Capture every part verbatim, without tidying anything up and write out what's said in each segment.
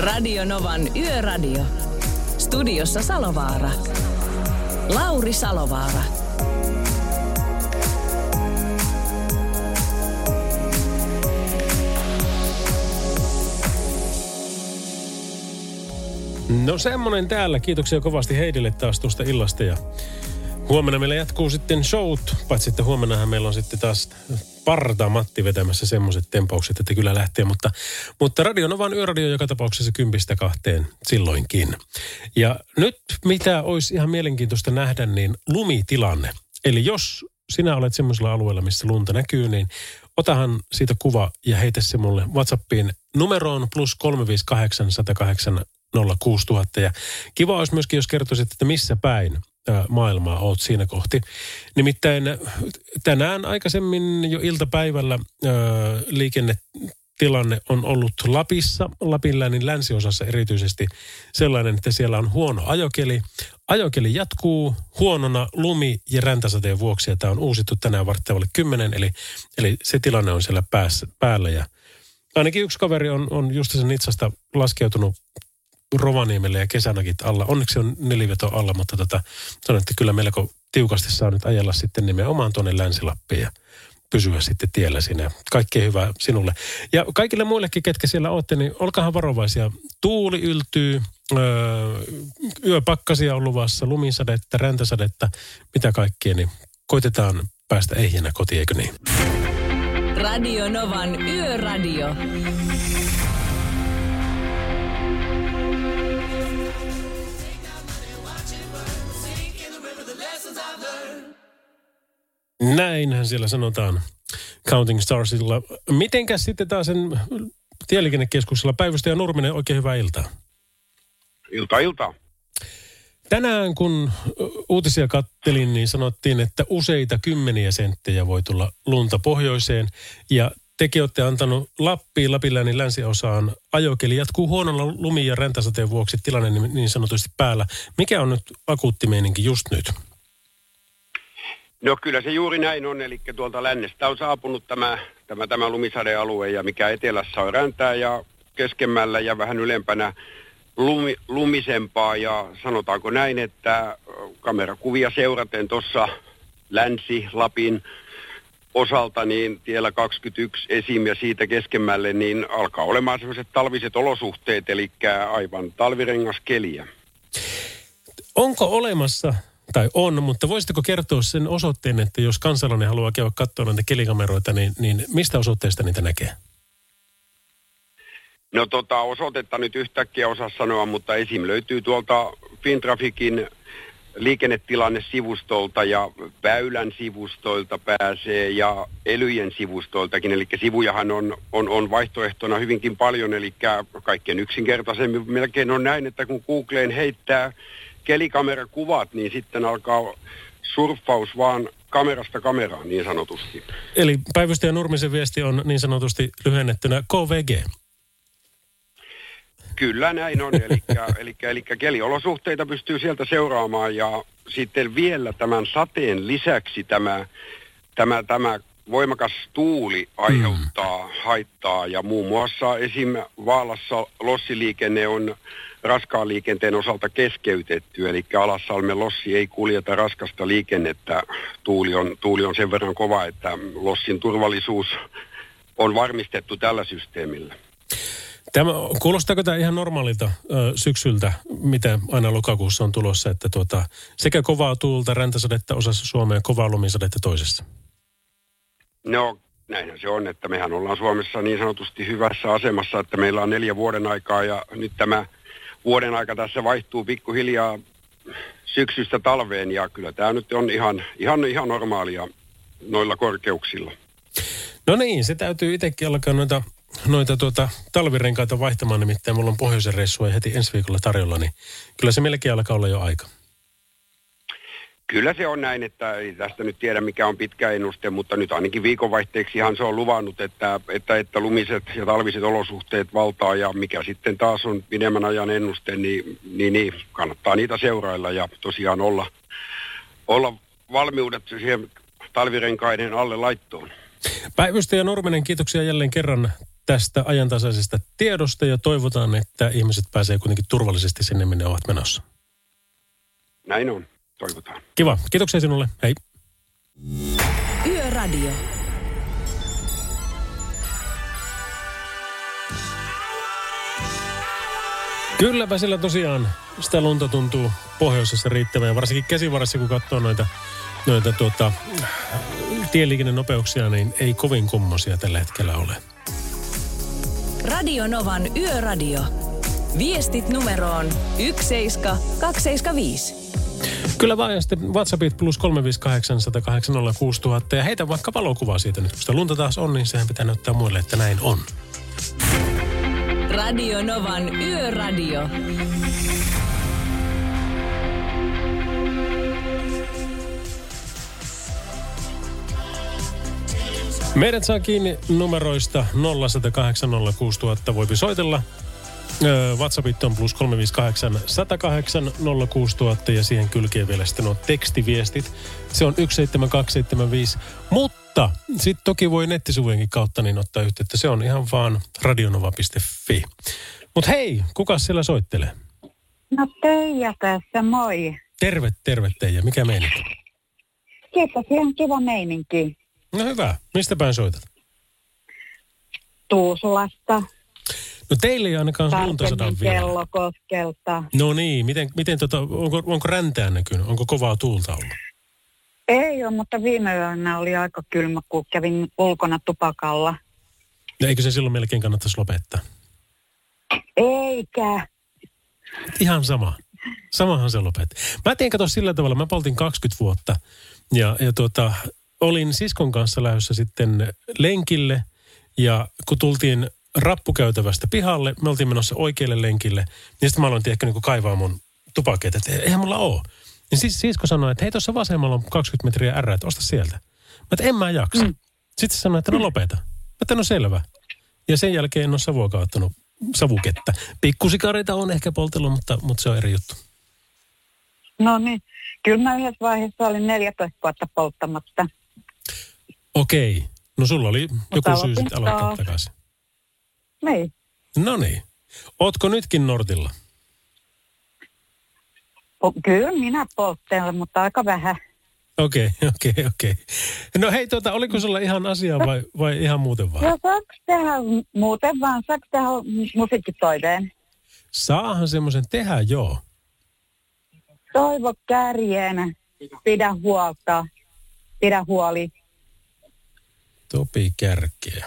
Radio Novan Yöradio. Studiossa Salovaara. Lauri Salovaara. No semmonen täällä. Kiitoksia kovasti Heidille taas tuosta illasta. Ja huomenna meillä jatkuu sitten showt. Paitsi että huomennahan meillä on sitten taas Parta Matti vetämässä semmoiset tempaukset, että kyllä lähtee. Mutta, mutta Radio Novan Yöradio joka tapauksessa kympistä kahteen silloinkin. Ja nyt mitä olisi ihan mielenkiintoista nähdä, niin lumitilanne. Eli jos sinä olet semmoisella alueella, missä lunta näkyy, niin otahan siitä kuva ja heitä se mulle WhatsAppiin numeroon plus kolme viisi kahdeksan, yksi nolla kahdeksan, nolla kuusi nolla nolla nolla. Ja kiva olisi myöskin, jos kertoisit, että missä päin maailmaa oot siinä kohti. Nimittäin tänään aikaisemmin jo iltapäivällä ää, liikennetilanne on ollut Lapissa, Lapinläänin länsiosassa erityisesti sellainen, että siellä on huono ajokeli. Ajokeli jatkuu huonona lumi- ja räntäsateen vuoksi, ja tämä on uusittu tänään varttavalle kymmenen, eli, eli se tilanne on siellä päässä, päällä. Ja ainakin yksi kaveri on, on just sen Nitsasta laskeutunut Rovaniemelle ja kesänäkin alla. Onneksi on neliveto alla, mutta tota, sanon, että kyllä melko tiukasti saa nyt ajella sitten nimenomaan tuonne Länsi-Lappiin ja pysyä sitten tiellä siinä. Kaikkea hyvää sinulle. Ja kaikille muillekin, ketkä siellä olette, niin olkaahan varovaisia. Tuuli yltyy, öö, yöpakkasia on luvassa, lumisadetta, räntäsadetta, mitä kaikkea, niin koitetaan päästä ehjänä kotiin, eikö niin? Radio Novan Yöradio. Näinhän siellä sanotaan Counting Starsilla. Mitenkäs sitten taas sen tieliikennekeskuksella Päivystäjä Nurminen, oikein hyvää iltaa. Ilta, ilta. Tänään kun uutisia kattelin, niin sanottiin, että useita kymmeniä senttejä voi tulla lunta pohjoiseen. Ja tekin olette antanut Lappiin, Lapinläänin länsiosaan ajokeli. Jatkuu huonolla lumi- ja räntäsateen vuoksi tilanne niin sanotusti päällä. Mikä on nyt akuutti meininki just nyt? No kyllä se juuri näin on, eli tuolta lännestä on saapunut tämä, tämä, tämä lumisadealue, ja mikä etelässä on räntää ja keskemmällä ja vähän ylempänä lumi, lumisempaa, ja sanotaanko näin, että kamerakuvia seuraten tuossa Länsi-Lapin osalta, niin tiellä kaksikymmentäyksi esim. Ja siitä keskemmälle, niin alkaa olemaan sellaiset talviset olosuhteet, eli aivan talvirengaskeliä. Onko olemassa... Tai on, mutta voisitteko kertoa sen osoitteen, että jos kansalainen haluaa käydä katsoa näitä kelikameroita, niin, niin mistä osoitteesta niitä näkee? No tota, osoitetta nyt yhtäkkiä osaa sanoa, mutta esim. Löytyy tuolta Fintrafikin liikennetilanne-sivustolta ja Väylän sivustoilta pääsee ja Elyjen sivustoiltakin. Eli sivujahan on, on, on vaihtoehtona hyvinkin paljon, eli kaikkein yksinkertaisemmin melkein on näin, että kun Googleen heittää kelikamerakuvat, niin sitten alkaa surffaus vaan kamerasta kameraan niin sanotusti. Eli Päivystäjä Nurmisen viesti on niin sanotusti lyhennettynä K V G. Kyllä näin on, eli, eli, eli keliolosuhteita pystyy sieltä seuraamaan, ja sitten vielä tämän sateen lisäksi tämä, tämä, tämä voimakas tuuli aiheuttaa hmm. haittaa, ja muun muassa esim. Vaalassa lossiliikenne on raskaan liikenteen osalta keskeytetty, eli Alassalmen lossi ei kuljeta raskasta liikennettä. Tuuli on, tuuli on sen verran kova, että lossin turvallisuus on varmistettu tällä systeemillä. Tämä, kuulostaako tämä ihan normaalilta ö, syksyltä, mitä aina lokakuussa on tulossa, että tuota, sekä kovaa tuulta, räntäsadetta osassa Suomea ja kovaa lumisadetta toisessa? No näinhän se on, että mehän ollaan Suomessa niin sanotusti hyvässä asemassa, että meillä on neljä vuoden aikaa, ja nyt tämä vuoden aika tässä vaihtuu pikkuhiljaa syksystä talveen, ja kyllä tämä nyt on ihan, ihan, ihan normaalia noilla korkeuksilla. No niin, se täytyy itsekin alkaa noita, noita tuota, talvirenkaita vaihtamaan, nimittäin mulla on pohjoisen reissua heti ensi viikolla tarjolla, niin kyllä se melkein alkaa olla jo aika. Kyllä se on näin, että ei tästä nyt tiedä mikä on pitkä ennuste, mutta nyt ainakin viikonvaihteeksihan se on luvannut, että, että, että lumiset ja talviset olosuhteet valtaa, ja mikä sitten taas on pidemmän ajan ennuste, niin, niin, niin kannattaa niitä seurailla ja tosiaan olla, olla valmiudet siihen talvirenkaiden alle laittoon. Päivystäjä Nurminen, kiitoksia jälleen kerran tästä ajantasaisesta tiedosta ja toivotaan, että ihmiset pääsee kuitenkin turvallisesti sinne, minne ovat menossa. Näin on. Toivotaan. Kiva. Kiitoksia sinulle. Hei. Yöradio. Kylläpä sillä tosiaan sitä lunta tuntuu pohjoisessa riittävän ja varsinkin käsivarassa, kun katsoo noita, noita tuota, tieliikennenopeuksia, niin ei kovin kummosia tällä hetkellä ole. Radio Novan Yöradio. Viestit numeroon yksi seitsemän kaksi seitsemän viisi. Kyllä vaan, ja sitten WhatsAppit plus kolme viisi kahdeksan yksi nolla kahdeksan nolla kuusi nolla nolla nolla ja heitä vaikka valokuvaa siitä nyt. Kun sitä lunta taas on, niin sehän pitää näyttää muille, että näin on. Radio Novan Yöradio. Meidät saa kiinni numeroista nolla yksi nolla kahdeksan nolla kuusi nolla nolla nolla. Voipi soitella. WhatsAppit on plus kolme viisi kahdeksan yksi nolla kahdeksan nolla kuusi nolla nolla ja siihen kylkee vielä sitten nuo tekstiviestit. Se on yksi seitsemän kaksi seitsemän viisi. Mutta sitten toki voi nettisivujenkin kautta niin ottaa yhteyttä. Se on ihan vaan radionova piste fi. Mutta hei, kuka siellä soittelee? No Teija tässä, moi. Terve, terve Teija. Mikä meininki? Kiitos, ihan kiva meininki. No hyvä. Mistä päin soitat? Tuusulasta. No teille ei ainakaan lunta sadan vielä. Kellokoskelta. No niin, miten, miten tota, onko, onko räntää näkynyt? Onko kovaa tuulta ollut? Ei ole, mutta viime yönä oli aika kylmä, kun kävin ulkona tupakalla. Ja eikö se silloin melkein kannattaisi lopettaa? Eikä. Ihan sama. Samahan se lopetti. Mä tein kato sillä tavalla, mä poltin kaksikymmentä vuotta ja, ja tuota, olin siskon kanssa lähdössä sitten lenkille ja kun tultiin rappukäytävästä pihalle, me oltiin menossa oikealle lenkille, niin sitten mä aloin tiedäkö niin kuin kaivaa mun tupakeet, että eihän mulla oo. Niin siis sisko sanoi, että hei tuossa vasemmalla on kaksikymmentä metriä ärrää, että osta sieltä. Mä että en mä jaksa. Mm. Sitten se sanoi, että no lopeta. Mä että no selvä. Ja sen jälkeen en ole savuakaan ottanut savuketta. Pikkusikareita on ehkä poltellut, mutta, mutta se on eri juttu. No niin. Kyllä mä yhdessä vaiheessa olin neljätoista vuotta polttamatta. Okei. No sulla oli mutta joku syy sitten aloittaa takaisin. Niin. No niin. Ootko nytkin Nordilla? O, kyllä minä polttelen, mutta aika vähän. Okei, okay, okei, okay, okei. Okay. No hei, tuota, oliko sulla ihan asiaa vai, vai ihan muuten vaan? Joo, saako tehdä muuten vaan? Saako tehdä musiikkitoiveen? Saahan semmoisen tehdä, joo. Toivo kärjeenä. Pidä huolta. Pidä huoli. Topi Kärkeä.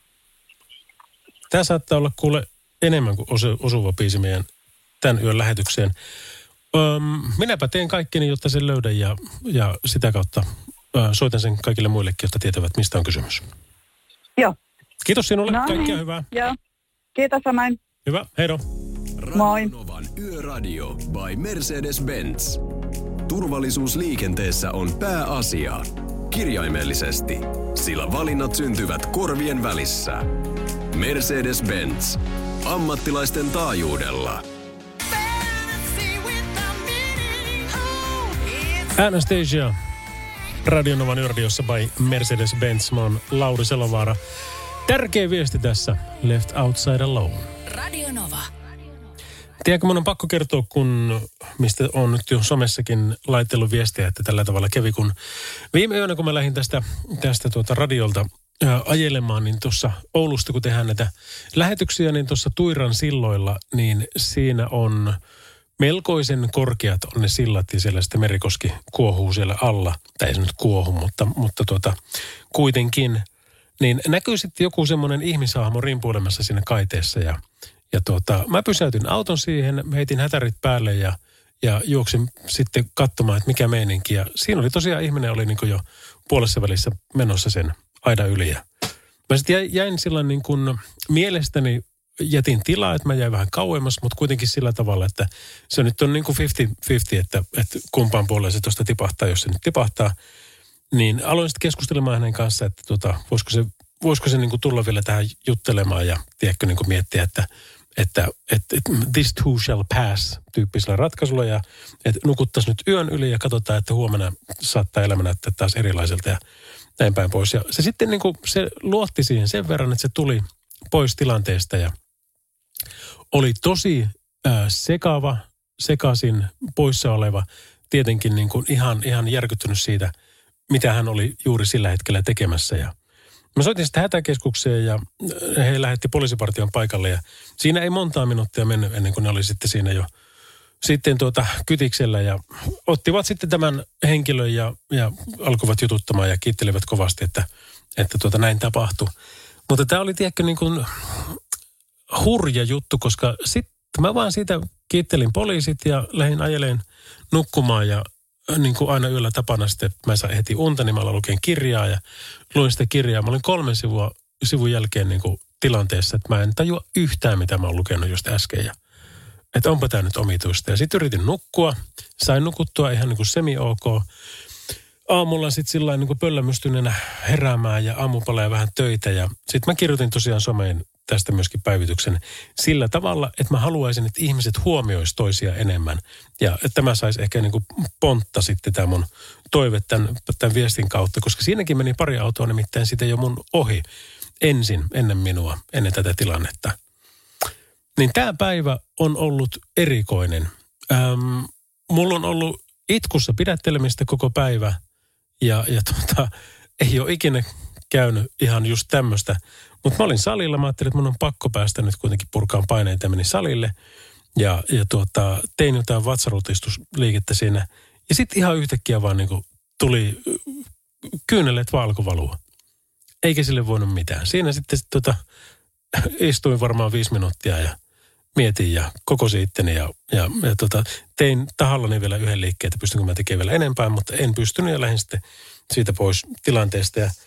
Tämä saattaa olla kuule enemmän kuin osuva biisi meidän tämän yön lähetykseen. Öm, minäpä teen kaikkeni, jotta sen löydän ja, ja sitä kautta ö, soitan sen kaikille muillekin, jotta tietävät, mistä on kysymys. Joo. Kiitos sinulle, no kaikkea niin. hyvää. Joo, kiitos samoin. Hyvä, heido. Moi. Novan Yöradio by Mercedes-Benz. Turvallisuus liikenteessä on pääasia. Kirjaimellisesti, sillä valinnat syntyvät korvien välissä. Mercedes-Benz. Ammattilaisten taajuudella. Anastasia. Radionovan Yöradiossa by Mercedes-Benz. Mä oon Lauri Selovaara. Tärkeä viesti tässä. Left outside alone. Radio Nova. Tiedätkö, mun on pakko kertoa, kun mistä on nyt jo somessakin laitellut viestiä, että tällä tavalla kävi, kun viime yönä, kun mä lähdin tästä, tästä tuota radiolta ää, ajelemaan, niin tuossa Oulusta, kun tehdään näitä lähetyksiä, niin tuossa Tuiran silloilla, niin siinä on melkoisen korkeat on ne sillat ja siellä sitten Merikoski kuohuu siellä alla. Tai ei se nyt kuohu, mutta, mutta tuota, kuitenkin. Niin näkyy sitten joku semmoinen ihmishahmo rimpuilemassa siinä kaiteessa ja Ja tuota, mä pysäytin auton siihen, heitin hätärit päälle ja, ja juoksin sitten katsomaan, että mikä meininki. Ja siinä oli tosiaan ihminen, oli niin kuin jo puolessa välissä menossa sen aidan yli. Ja mä sitten jäin sillä niin kuin mielestäni jätin tilaa, että mä jäin vähän kauemmas, mutta kuitenkin sillä tavalla, että se nyt on niin kuin viisikymmentä viisikymmentä, että, että kumpaan puoleen se tuosta tipahtaa, jos se nyt tipahtaa. Niin aloin sitten keskustelemaan hänen kanssa, että tuota, voisiko se, voisiko se niin kuin tulla vielä tähän juttelemaan ja tiedätkö niin kuin miettiä, että Että, että, että this too shall pass -tyyppisellä ratkaisulla ja että nukuttaisiin nyt yön yli ja katsotaan, että huomenna saattaa elämä näyttää taas erilaiselta ja näin päin pois. Ja se sitten niin kuin se luotti siihen sen verran, että se tuli pois tilanteesta ja oli tosi äh, sekava, sekaisin, poissa oleva, tietenkin niin kuin ihan, ihan järkyttynyt siitä, mitä hän oli juuri sillä hetkellä tekemässä. Ja mä soitin sitten hätäkeskukseen ja he lähetti poliisipartion paikalle ja siinä ei montaa minuuttia mennyt ennen kuin ne oli sitten siinä jo sitten tuota kytiksellä ja ottivat sitten tämän henkilön ja, ja alkoivat jututtamaan ja kiittelivät kovasti, että, että tuota näin tapahtui. Mutta tämä oli tiedätkö niin kuin hurja juttu, koska sitten mä vaan siitä kiittelin poliisit ja lähdin ajeleen nukkumaan ja niin kuin aina yöllä tapana sitten, mä sain heti unta, niin mä aloin lukeen kirjaa ja luin sitä kirjaa. Mä olin kolmen sivua, sivun jälkeen niin kuin tilanteessa, että mä en tajua yhtään, mitä mä oon lukenut just äsken ja että onpa tämä nyt omituista. Ja sitten yritin nukkua, sain nukuttua ihan niin kuin semi-ok. Aamulla sitten sillä niin kuin pöllämystyneenä heräämään ja aamupala ja vähän töitä. Ja sitten mä kirjoitin tosiaan someen tästä myöskin päivityksen sillä tavalla, että mä haluaisin, että ihmiset huomioisi toisia enemmän. Ja että tämä saisi ehkä niin kuin pontta sitten tämä mun toive tämän, tämän viestin kautta, koska siinäkin meni pari autoa nimittäin sitten jo mun ohi ensin, ennen minua, ennen tätä tilannetta. Niin tämä päivä on ollut erikoinen. Ähm, mulla on ollut itkussa pidättelemistä koko päivä ja, ja tota, ei ole ikinä käynyt ihan just tämmöistä. Mutta mä olin salilla, mä ajattelin, että mun on pakko päästä nyt kuitenkin purkaan paineita ja menin salille. Ja, ja tuota, tein jotain vatsarutistusliikettä siinä. Ja sitten ihan yhtäkkiä vaan niinku tuli kyyneleet vaan alkoi valua. Eikä sille voinut mitään. Siinä sitten sit, tota, istuin varmaan viisi minuuttia ja mietin ja kokosin itteni ja, ja, ja tota, tein tahallani vielä yhden liikkeen, että pystynkö mä tekemään vielä enempää, mutta en pystynyt ja lähdin sitten siitä pois tilanteesta. Ja,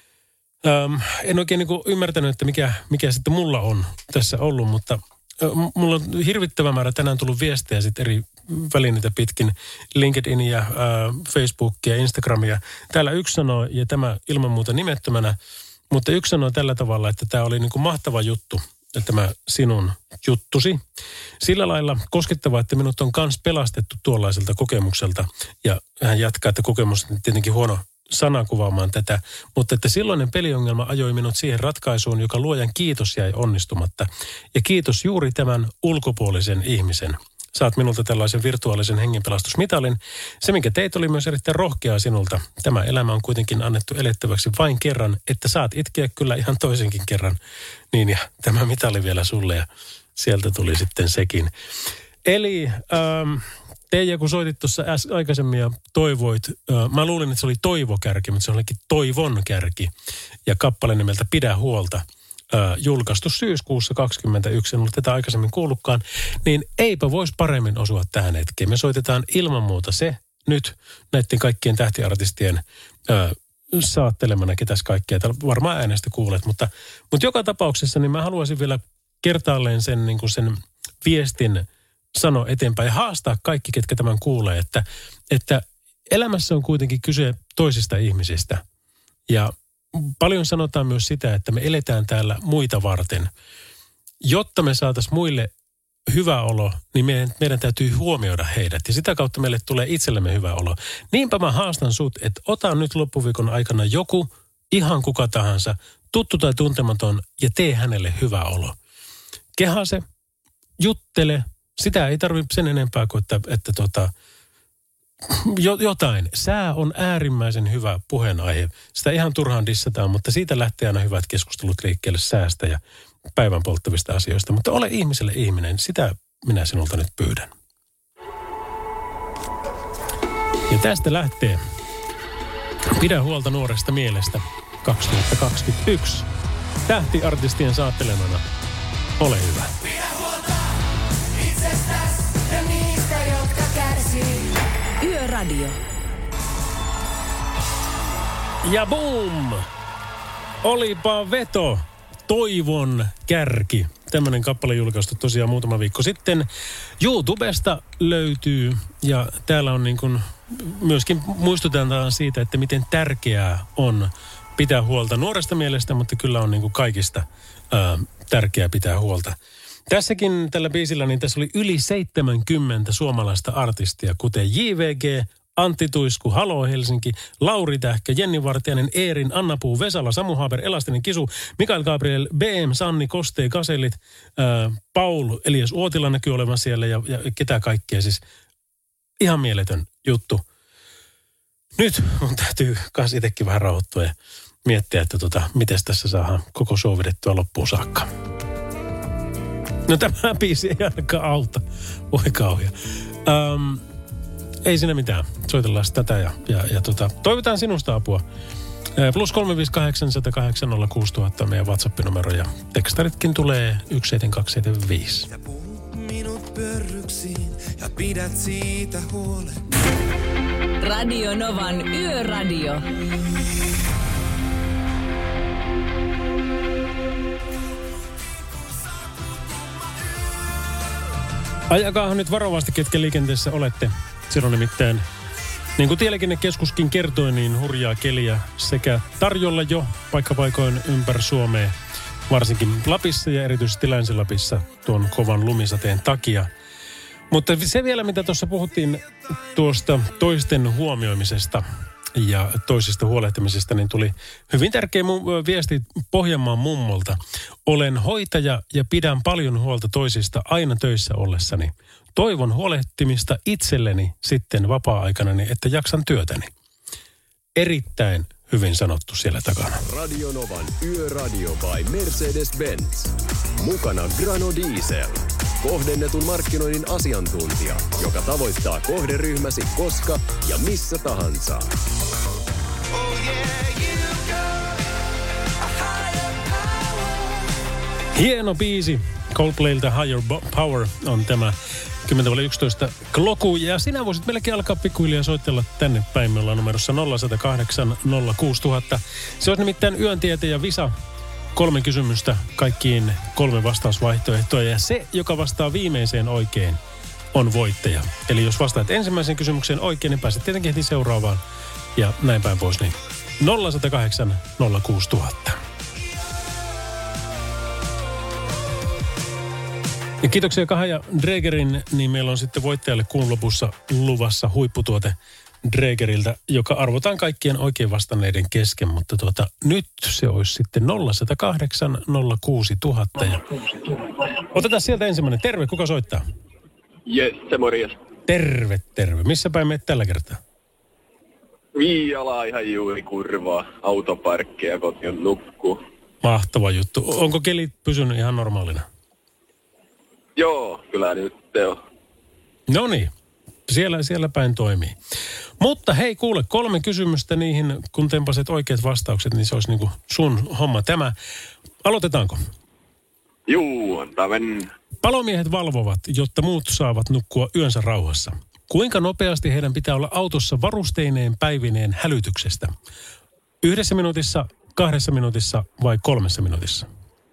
äm, en oikein niin kuin ymmärtänyt, että mikä, mikä sitten mulla on tässä ollut, mutta äh, mulla on hirvittävä määrä tänään tullut viestejä sitten eri välineitä pitkin, LinkedInia, äh, Facebookia, Instagramia. Täällä yksi sanoo, ja tämä ilman muuta nimettömänä, mutta yksi sanoo tällä tavalla, että tämä oli niin kuin mahtava juttu, tämä sinun juttusi. Sillä lailla koskettavaa, että minut on kans pelastettu tuollaiselta kokemukselta. Ja hän jatkaa, että kokemus on tietenkin huono sana kuvaamaan tätä, mutta että silloinen peliongelma ajoi minut siihen ratkaisuun, joka luojan kiitos jäi onnistumatta. Ja kiitos juuri tämän ulkopuolisen ihmisen. Saat minulta tällaisen virtuaalisen hengenpelastusmitalin. Se, minkä teit, oli myös erittäin rohkeaa sinulta. Tämä elämä on kuitenkin annettu elettäväksi vain kerran, että saat itkeä kyllä ihan toisenkin kerran. Niin ja tämä mitali vielä sulle ja sieltä tuli sitten sekin. Eli ähm, Teija, kun soitit tuossa äs- aikaisemmin ja toivoit, äh, mä luulin, että se oli toivokärki, mutta se olikin toivon kärki. Ja kappale nimeltä Pidä huolta. Äh, julkaistu syyskuussa kaksikymmentäyksi, en ollut tätä aikaisemmin kuullutkaan, niin eipä voisi paremmin osua tähän hetkeen. Me soitetaan ilman muuta se nyt näiden kaikkien tähtiartistien äh, saattelemana, ketäs kaikkea täällä varmaan äänestä kuulet, mutta, mutta joka tapauksessa niin mä haluaisin vielä kertaalleen sen, niin kuin sen viestin sanoa eteenpäin ja haastaa kaikki, ketkä tämän kuulee, että, että elämässä on kuitenkin kyse toisista ihmisistä ja paljon sanotaan myös sitä, että me eletään täällä muita varten. Jotta me saataisiin muille hyvä olo, niin meidän, meidän täytyy huomioida heidät. Ja sitä kautta meille tulee itsellemme hyvä olo. Niinpä mä haastan sut, että ota nyt loppuviikon aikana joku, ihan kuka tahansa, tuttu tai tuntematon, ja tee hänelle hyvä olo. Kehase, juttele. Sitä ei tarvitse sen enempää kuin, että, että tota, jotain. Sää on äärimmäisen hyvä puheenaihe. Sitä ihan turhaan dissataan, mutta siitä lähtee aina hyvät keskustelut liikkeelle säästä ja päivän polttavista asioista. Mutta ole ihmiselle ihminen, sitä minä sinulta nyt pyydän. Ja tästä lähtee Pidä huolta nuoresta mielestä kaksituhattakaksikymmentäyksi. Tähtiartistien saattelemana. Ole hyvä. Pidä huolta itsestäsi ja niistä, jotka kärsii. Yöradio. Ja boom! Olipa veto. Toivon kärki. Tämmöinen kappale julkaistu tosiaan muutama viikko sitten. YouTubesta löytyy ja täällä on niin kuin myöskin muistutetaan siitä, että miten tärkeää on pitää huolta nuoresta mielestä, mutta kyllä on niin kuin kaikista ää, tärkeää pitää huolta. Tässäkin tällä biisillä, niin tässä oli yli seitsemänkymmentä suomalaista artistia, kuten J V G, Antti Tuisku, Halo Helsinki, Lauri Tähkä, Jenni Vartiainen, Eerin, Anna Puu, Vesala, Samu Haaber, Elastinen Kisu, Mikael Gabriel, B M, Sanni, Kostei, Kasellit, ää, Paul, Elias Uotila näkyy olevan siellä ja, ja ketä kaikkea. Siis ihan mieletön juttu. Nyt mun täytyy kans itsekin vähän rauhoittua ja miettiä, että tota, miten tässä saadaan koko show vedettyä loppuun saakka. No tämä biisi ei ainakaan auta. Voi kauhia. Um, ei siinä mitään. Soitellaan tätä ja, ja, ja tota, toivotaan sinusta apua. Plus kolme viisi kahdeksan nolla kahdeksan nolla kuusi nolla nolla nolla meidän WhatsApp-numero ja tekstaritkin tulee yksi seitsemän kaksi seitsemän viisi. Ja puhut minut pyörryksiin ja pidät siitä huolen. Radio Novan Yöradio. Ajakaahan nyt varovasti, ketkä liikenteessä olette. Siellä on nimittäin, niin kuin Tieliikennekeskuskin kertoi, niin hurjaa keliä sekä tarjolla jo paikkapaikoin ympäri Suomea, varsinkin Lapissa ja erityisesti Länsi-Lapissa tuon kovan lumisateen takia. Mutta se vielä, mitä tuossa puhuttiin tuosta toisten huomioimisesta ja toisista huolehtimisesta, niin tuli hyvin tärkeä mu- viesti Pohjanmaan mummolta. Olen hoitaja ja pidän paljon huolta toisista aina töissä ollessani. Toivon huolehtimista itselleni sitten vapaa-aikanani, että jaksan työtäni. Erittäin hyvin sanottu siellä takana. Radio Novan Yöradio by Mercedes-Benz. Mukana Grano Diesel. Kohdennetun markkinoinnin asiantuntija, joka tavoittaa kohderyhmäsi koska ja missä tahansa. Hieno biisi. Coldplaylta Higher Power on tämä kymmenen yksitoista Kloku. Ja sinä voisit melkein alkaa pikkuhiljaa soitella tänne päin. Me ollaan numerossa nolla yksi nolla kahdeksan nolla kuusi nolla nolla nolla. Se on nimittäin Yöntiete ja Visa. Kolme kysymystä, kaikkiin kolme vastausvaihtoehtoa. Ja se, joka vastaa viimeiseen oikein, on voittaja. Eli jos vastaat ensimmäiseen kysymykseen oikein, niin pääset tietenkin heti seuraavaan. Ja näin päin pois. Niin nolla yksi nolla kahdeksan nolla kuusi nolla nolla nolla. Ja kiitoksia Kaha ja Dregerin, niin meillä on sitten voittajalle kuun lopussa luvassa huipputuote Dregeriltä, joka arvotaan kaikkien oikein vastanneiden kesken, mutta tuota, nyt se olisi sitten nolla yksi nolla kahdeksan nolla kuusi nolla nolla nolla. Ja otetaan sieltä ensimmäinen. Terve, kuka soittaa? Jesse, morjes. Terve, terve. Missä päin menet tällä kertaa? Viiala ihan juuri kurvaa. Autoparkkeja kotiin nukkuu. Mahtava juttu. Onko keli pysynyt ihan normaalina? Joo, kyllä nyt on. No niin, siellä, siellä päin toimii. Mutta hei, kuule, kolme kysymystä niihin, kun tempaset oikeat vastaukset, niin se olisi niin kuin sun homma tämä. Aloitetaanko? Juu, antaa mennä. Palomiehet valvovat, jotta muut saavat nukkua yönsä rauhassa. Kuinka nopeasti heidän pitää olla autossa varusteineen päivineen hälytyksestä? Yhdessä minuutissa, kahdessa minuutissa vai kolmessa minuutissa?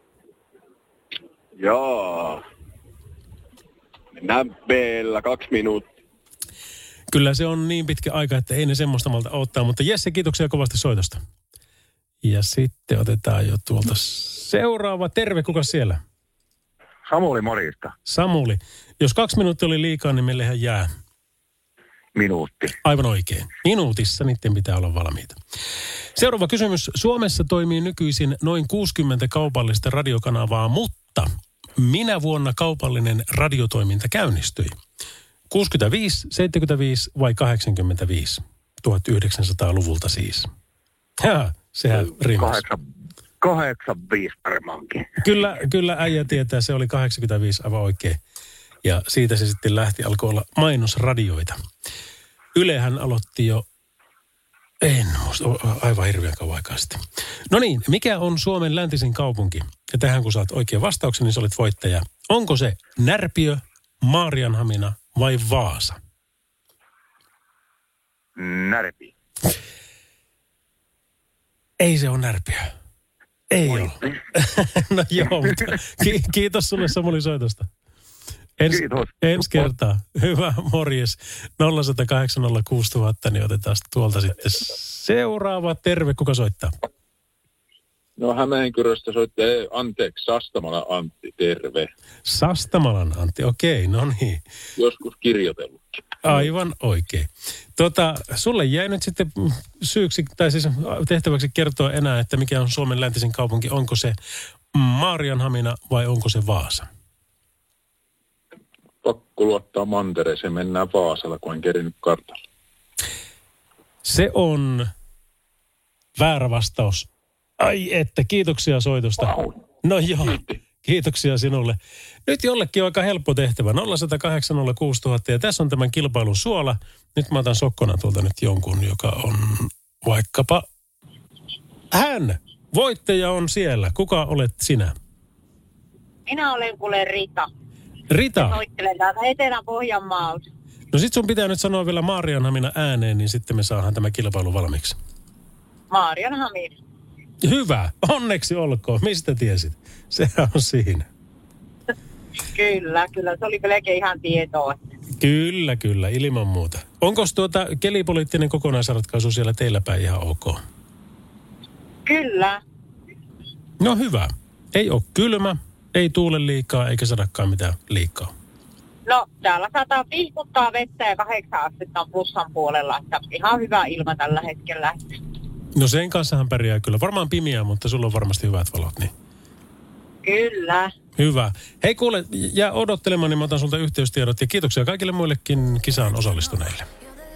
Joo. Mennään B:llä kaksi minuuttia. Kyllä se on niin pitkä aika, että ei ne semmoista malta ottaa. Mutta Jesse, kiitoksia kovasti soitosta. Ja sitten otetaan jo tuolta seuraava. Terve, kuka siellä? Samuli, morjesta. Samuli. Jos kaksi minuuttia oli liikaa, niin meillehän jää. Minuutti. Aivan oikein. Minuutissa niiden pitää olla valmiita. Seuraava kysymys. Suomessa toimii nykyisin noin kuusikymmentä kaupallista radiokanavaa, mutta minä vuonna kaupallinen radiotoiminta käynnistyi? kuusikymmentäviisi, seitsemänkymmentäviisi vai kahdeksankymmentäviisi? tuhatyhdeksänsataaluvulta siis. Jaa, sehän rimmas. kahdeksankymmentäviisi varmaankin. Kyllä, kyllä äijä tietää, se oli kahdeksankymmentäviisi aivan oikein. Ja siitä se sitten lähti, alkoi olla mainosradioita. Ylehän aloitti jo, en muista, aivan hirveän kauan aikaa sitten. No niin, mikä on Suomen läntisin kaupunki? Ja tähän kun saat oikein vastauksen, niin sä olet voittaja. Onko se Närpiö, Maarianhamina vai Vaasa? Närpi. Ei se ole Närpiö. Ei ole. No joo, mutta ki- kiitos sulle Samuli soitosta. Ens, Kiitos. Ensi kertaa. Hyvä, morjes. nolla yksi nolla kahdeksan nolla kuusi nolla nolla nolla, niin otetaan tuolta sitten seuraava. Terve, kuka soittaa? No Hämeenkyröstä soittaa, anteeksi, Sastamalan Antti, terve. Sastamalan Antti, okei, no niin. Joskus kirjoitellutkin. Aivan oikein. Tota, sulle jäi nyt sitten syyksi, tai siis tehtäväksi kertoa enää, että mikä on Suomen läntisin kaupunki. Onko se Maarianhamina vai onko se Vaasa? Pakko luottaa mantereeseen, mennään Vaasalla, kun en kerinyt kartalle. Se on väärä vastaus. Ai että, kiitoksia soitosta. Wow. No joo, kiitoksia sinulle. Nyt jollekin on aika helppo tehtävä. nolla yksi nolla kahdeksan nolla kuusi nolla nolla nolla ja tässä on tämän kilpailun suola. Nyt mä otan sokkona tuolta nyt jonkun, joka on vaikkapa hän. Voittaja on siellä. Kuka olet sinä? Minä olen kuule Rita. Rita? Soittelen täältä Etelä-Pohjanmaalta. No sit sun pitää nyt sanoa vielä Maarianhamina ääneen, niin sitten me saadaan tämä kilpailu valmiiksi. Maarianhamina. Hyvä. Onneksi olkoon. Mistä tiesit? Sehän on siinä. Kyllä, kyllä. Se oli melkein ihan tietoa. Kyllä, kyllä. Ilman muuta. Onko tuota kelipoliittinen kokonaisratkaisu siellä teillä päin ihan ok? Kyllä. No hyvä. Ei ole kylmä, ei tuule liikaa eikä sadakaan mitään liikaa. No, täällä saattaa pihkuttaa vettä ja kahdeksan astetta on plussan puolella. Että ihan hyvä ilma tällä hetkellä. No sen kanssahan pärjää kyllä. Varmaan pimiää, mutta sulla on varmasti hyvät valot, niin. Kyllä. Hyvä. Hei kuule, jää odottelemaan, niin mä otan sulta yhteystiedot ja kiitoksia kaikille muillekin kisaan osallistuneille.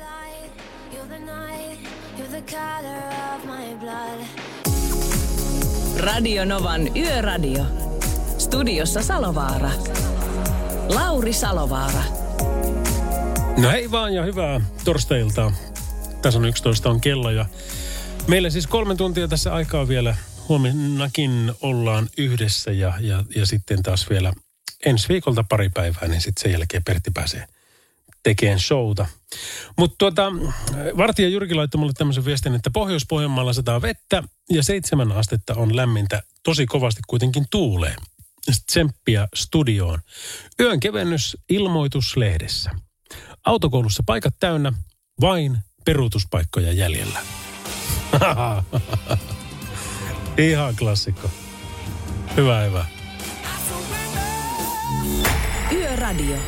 Radio Novan Yöradio. Studiossa Salovaara. Lauri Salovaara. No hei vaan ja hyvää torstailtaa. Tässä on yksitoista on kello ja meillä siis kolme tuntia tässä aikaa vielä. Huomennakin ollaan yhdessä ja, ja, ja sitten taas vielä ensi viikolta pari päivää, niin sitten sen jälkeen Pertti pääsee tekemään showta. Mutta tuota, vartija Jyrki laittoi mulle tämmöisen viestin, että Pohjois-Pohjanmaalla sataa vettä ja seitsemän astetta on lämmintä. Tosi kovasti kuitenkin tuulee. Tsemppiä studioon. Yön kevennys ilmoituslehdessä. Autokoulussa paikat täynnä, vain peruutuspaikkoja jäljellä. Ihan klassikko. Hyvä, hyvä. Yöradio.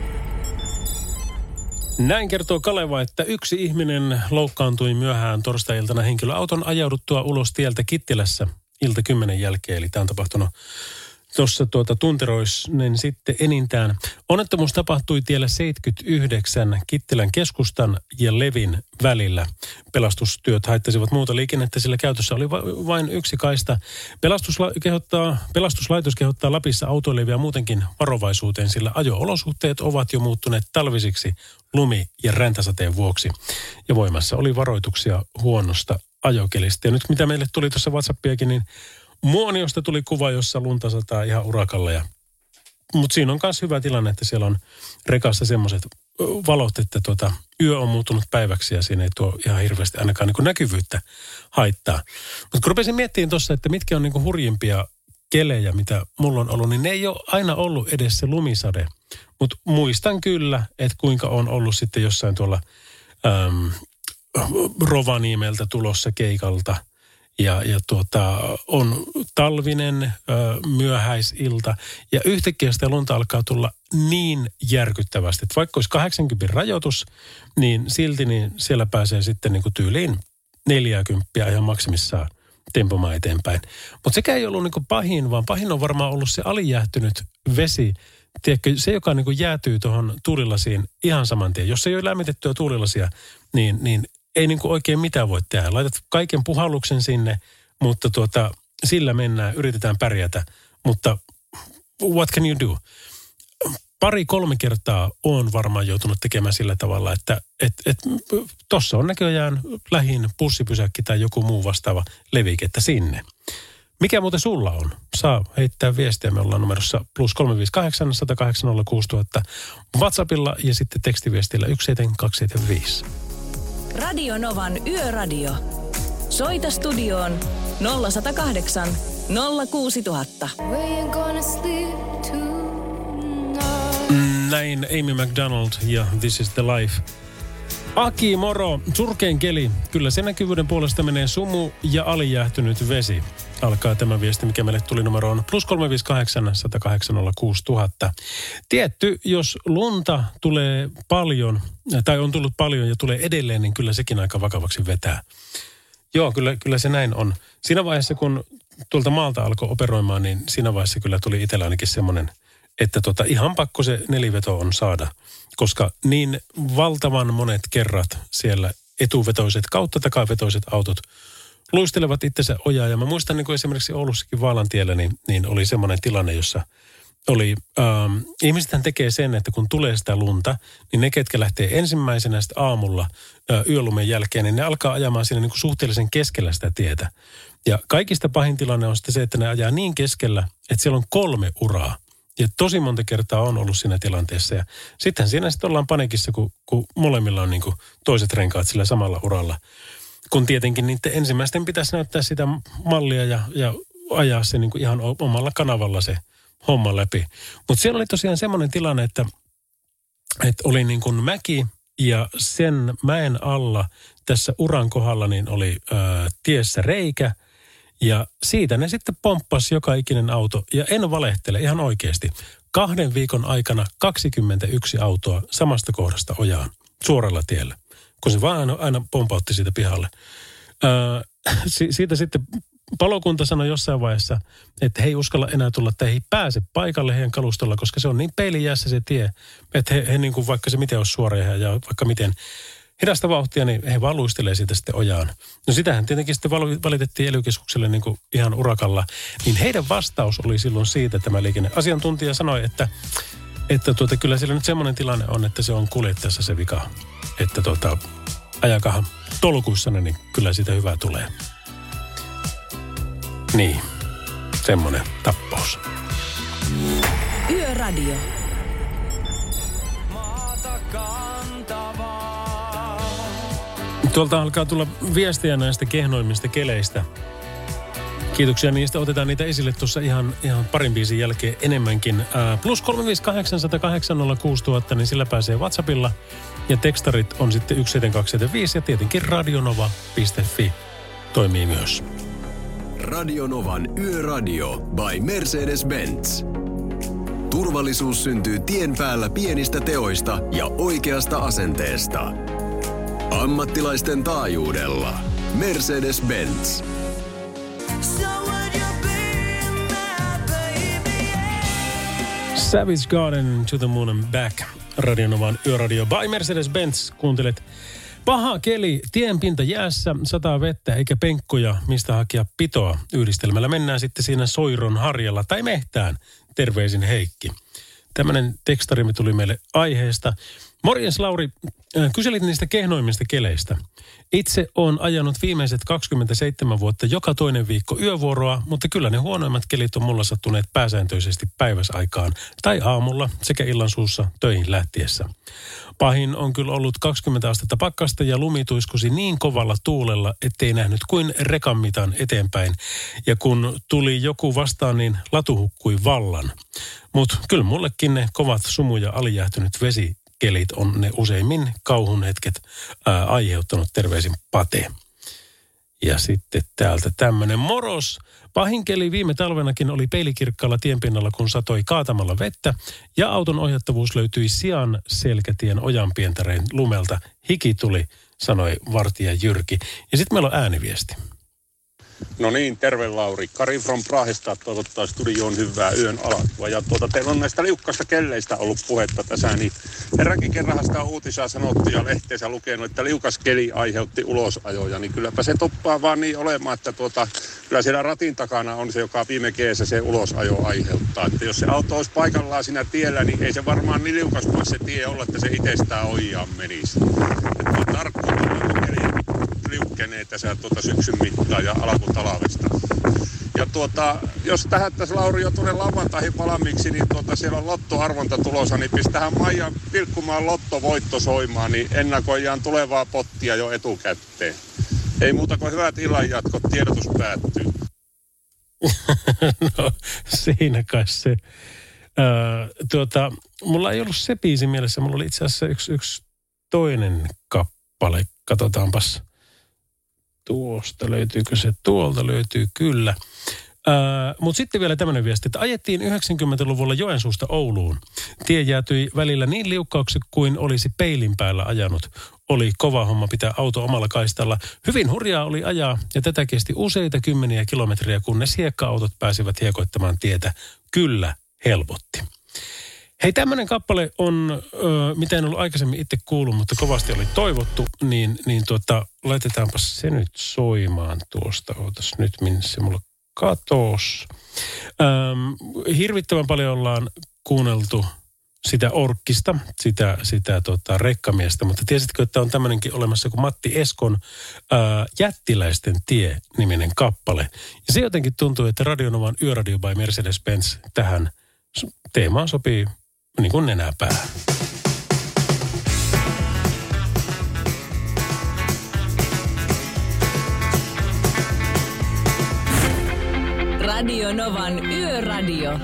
Näin kertoo Kaleva, että yksi ihminen loukkaantui myöhään torstai-iltana henkilöauton ajauduttua ulos tieltä Kittilässä ilta kymmenen jälkeen. Eli tämä on tapahtunut tuossa tuota Tunteroinen sitten enintään. Onnettomuus tapahtui tiellä seitsemänkymmentäyhdeksän Kittilän keskustan ja Levin välillä. Pelastustyöt haittasivat muuta liikennettä, sillä käytössä oli va- vain yksi kaista. Pelastusla- kehottaa, pelastuslaitos kehottaa Lapissa autoilevia muutenkin varovaisuuteen, sillä ajo-olosuhteet ovat jo muuttuneet talvisiksi lumi- ja räntäsateen vuoksi. Ja voimassa oli varoituksia huonosta ajokelistä. Ja nyt mitä meille tuli tuossa WhatsAppiakin, niin Muoniosta tuli kuva, jossa lunta sataa ihan urakalla. Ja, mutta siinä on myös hyvä tilanne, että siellä on rekassa semmoiset valot, että tuota, yö on muuttunut päiväksi ja siinä ei tuo ihan hirveästi ainakaan niin kuin näkyvyyttä haittaa. Mutta kun rupesin miettimään tuossa, että mitkä on niin kuin hurjimpia kelejä, mitä mulla on ollut, niin ne ei ole aina ollut edes se lumisade. Mutta muistan kyllä, että kuinka on ollut sitten jossain tuolla äm, Rovaniemeltä tulossa keikalta. Ja, ja tuota, on talvinen ö, myöhäisilta ja yhtäkkiä sitä lunta alkaa tulla niin järkyttävästi, että vaikka olisi kahdeksankymmentä rajoitus, niin silti niin siellä pääsee sitten niin kuin tyyliin neljäkymmentä ihan maksimissaan tempomaan eteenpäin. Mutta sekä ei ollut niin kuin pahin, vaan pahin on varmaan ollut se alijäähtynyt vesi. Tiedätkö, se, joka niin kuin jäätyy tuohon tuulilasiin ihan saman tien. Jos ei ole lämmitettyä tuulilasia, niin, niin ei niin kuin oikein mitään voi tehdä. Laitat kaiken puhalluksen sinne, mutta tuota, sillä mennään, yritetään pärjätä. Mutta what can you do? Pari-kolme kertaa on varmaan joutunut tekemään sillä tavalla, että et, et, tuossa on näköjään lähin pussipysäkki tai joku muu vastaava levikettä sinne. Mikä muuten sulla on? Saa heittää viestiä. Me ollaan numerossa plus kolme viisi kahdeksan, yksi nolla kahdeksan nolla kuusi nolla nolla nolla WhatsAppilla ja sitten tekstiviestillä yksi seitsemän kaksi seitsemän viisi. Radio Novan Yöradio. Soita studioon nolla yksi nolla kahdeksan nolla kuusi nolla nolla nolla. Näin Amy McDonald ja This is the Life. Aki, moro. Surkein keli. Kyllä se näkyvyyden puolesta menee sumu ja alijäähtynyt vesi. alkaa tämä viesti, mikä meille tuli numeroon plus kolme viisi kahdeksan, sata kahdeksan, nolla kuusi tuhatta. Tietty, jos lunta tulee paljon, tai on tullut paljon ja tulee edelleen, niin kyllä sekin aika vakavaksi vetää. Joo, kyllä, kyllä se näin on. Siinä vaiheessa, kun tuolta maalta alkoi operoimaan, niin siinä vaiheessa kyllä tuli itsellä ainakin semmoinen, että tota, ihan pakko se neliveto on saada. Koska niin valtavan monet kerrat siellä etuvetoiset kautta takavetoiset autot luistelevat itsensä ojaa. Ja mä muistan niin kuin esimerkiksi Oulussakin Vaalantiellä, niin, niin oli semmoinen tilanne, jossa oli, ähm, ihmisethän tekee sen, että kun tulee sitä lunta, niin ne, ketkä lähtee ensimmäisenä sitten aamulla äh, yölumen jälkeen, niin ne alkaa ajamaan siinä niin kuin suhteellisen keskellä sitä tietä. Ja kaikista pahin tilanne on sitten se, että ne ajaa niin keskellä, että siellä on kolme uraa. Ja tosi monta kertaa on ollut siinä tilanteessa. Ja sittenhän siinä sitten ollaan panikissa, kun, kun molemmilla on niin kuin toiset renkaat sillä samalla uralla. Kun tietenkin niiden ensimmäisten pitäisi näyttää sitä mallia ja, ja ajaa se niin kuin ihan omalla kanavalla se homma läpi. Mutta siellä oli tosiaan semmoinen tilanne, että, että oli niin kuin mäki ja sen mäen alla tässä uran kohdalla niin oli ää, tiessä reikä. Ja siitä ne sitten pomppasi joka ikinen auto. Ja en valehtele ihan oikeasti. Kahden viikon aikana kaksikymmentäyksi autoa samasta kohdasta ojaan suoralla tiellä. Kun se vaan aina, aina pompautti siitä pihalle. Öö, si- siitä sitten palokunta sanoi jossain vaiheessa, että he ei uskalla enää tulla, että he ei pääse paikalle heidän kalustolla, koska se on niin peilijäässä se tie, että he, he niin kuin vaikka se miten olisi suora ja vaikka miten hidasta vauhtia, niin he vaan luistelee siitä sitten ojaan. No sitähän tietenkin sitten valitettiin ely -keskukselle niin kuin ihan urakalla. Niin heidän vastaus oli silloin siitä, tämä liikenneasiantuntija sanoi, että, että tuota, kyllä siellä nyt semmoinen tilanne on, että se on kuljettajassa se vika. Että tuota, ajakahan tolkuissanne, niin kyllä siitä hyvää tulee. Niin, semmoinen tappaus. Yöradio. Tuolta alkaa tulla viestejä näistä kehnoimmista keleistä. Kiitoksia niistä. Otetaan niitä esille tuossa ihan, ihan parin biisin jälkeen enemmänkin. Ää, plus kolme viisi kahdeksan, sata kahdeksan, nolla kuusi tuhatta, niin sillä pääsee WhatsAppilla. Ja tekstarit on sitten yksi seitsemän kaksi seitsemän viisi ja tietenkin radionova piste fi toimii myös. Radionovan Yöradio by Mercedes-Benz. Turvallisuus syntyy tien päällä pienistä teoista ja oikeasta asenteesta. Ammattilaisten taajuudella. Mercedes-Benz. Savage Garden, To the Moon and Back. Radionovan Yöradio by Mercedes-Benz. Kuuntelet paha keli, tienpinta jäässä, sataa vettä eikä penkkoja, mistä hakea pitoa. Yhdistelmällä mennään sitten siinä Soiron harjalla tai mehtään. Terveisin Heikki. Tämmöinen tekstarimi tuli meille aiheesta. Morjens Lauri, kyselit niistä kehnoimmista keleistä. Itse olen ajanut viimeiset kaksikymmentäseitsemän vuotta joka toinen viikko yövuoroa, mutta kyllä ne huonoimmat kelit on mulla sattuneet pääsääntöisesti päiväsaikaan tai aamulla sekä illansuussa töihin lähtiessä. Pahin on kyllä ollut kaksikymmentä astetta pakkasta ja lumi tuiskusi niin kovalla tuulella, ettei nähnyt kuin rekan mitan eteenpäin. Ja kun tuli joku vastaan, niin latu hukkui vallan. Mutta kyllä mullekin ne kovat sumu ja alijähtynyt vesi kelit on ne useimmin kauhun hetket ää, aiheuttanut. Terveisin Pate. Ja sitten täältä tämmöinen moros. Pahin keli viime talvenakin oli peilikirkkaalla tienpinnalla, kun satoi kaatamalla vettä. Ja auton ohjattavuus löytyi Sian selkätien ojanpientareen lumelta. Hiki tuli, sanoi vartija Jyrki. Ja sitten meillä on ääniviesti. No niin, terve Lauri. Kari from Prahesta toivottaa studioon hyvää yön alkua. Ja tuota, teillä on näistä liukkasta kelleistä ollut puhetta tässä, niin herrankin kerran sitä uutisia sanottu ja lehteensä lukenut, että liukas keli aiheutti ulosajoja. Niin kylläpä se toppaa vaan niin olemaan, että tuota, kyllä siellä ratin takana on se, joka viime keessä se ulosajo aiheuttaa. Että jos se auto olisi paikallaan siinä tiellä, niin ei se varmaan niin liukas voi se tie olla, että se itsestään ojaan menisi. Että tarkkuus liukkenee tässä tuota syksyn mittaan ja alkutalvesta. Ja tuota, jos tähättäisiin Lauri jo tuonne lauantaihin valmiiksi, niin tuota, siellä on lottoarvonta tulossa, niin pistähän Maijan pilkkumaan lottovoitto soimaan, niin ennakoidaan tulevaa pottia jo etukäteen. Ei muuta kuin hyvät illanjatkot, tiedotus päättyy. No, siinä kai se. Öö, tuota, mulla ei ollut se biisi mielessä, mulla oli itse asiassa yksi, yksi toinen kappale. Katsotaanpas. tuosta, löytyykö se tuolta, löytyy kyllä. Mutta sitten vielä tämmöinen viesti, että ajettiin yhdeksänkymmentäluvulla Joensuusta Ouluun. Tie jäätyi välillä niin liukkaaksi kuin olisi peilin päällä ajanut. Oli kova homma pitää auto omalla kaistalla. Hyvin hurjaa oli ajaa ja tätä kesti useita kymmeniä kilometriä, kunnes hiekka-autot pääsivät hiekoittamaan tietä. Kyllä, helpotti. Hei, tämmöinen kappale on, ö, mitä en ollut aikaisemmin itse kuullut, mutta kovasti oli toivottu, niin, niin tuota, laitetaanpa se nyt soimaan tuosta. Ootas nyt, minne se mulla katos. Öm, hirvittävän paljon ollaan kuunneltu sitä orkkista, sitä, sitä tota, rekkamiestä, mutta tiesitkö, että on tämmöinenkin olemassa kuin Matti Eskon ää, Jättiläisten tie-niminen kappale. Ja se jotenkin tuntuu, että Radionovan Yöradio by Mercedes-Benz tähän teemaan sopii niin kuin nenäpäähän. Radio Novan Yöradio.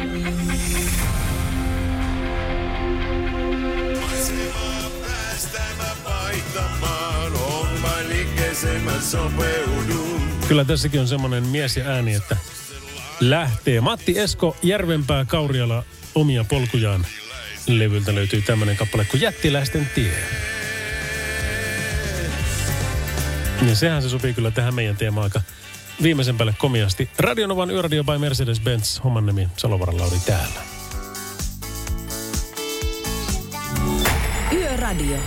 Kyllä tässäkin on semmoinen mies ja ääni, että lähtee. Matti Esko, Järvenpää, Kauriala, omia polkujaan. Levyltä löytyy tämmöinen kappale kuin Jättiläisten tie. Ja sehän se sopii kyllä tähän meidän teemaan aika viimeisen päälle komiasti. Radionovan Yöradio by Mercedes-Benz. Homman nimi Salovaran Lauri täällä. Yöradio.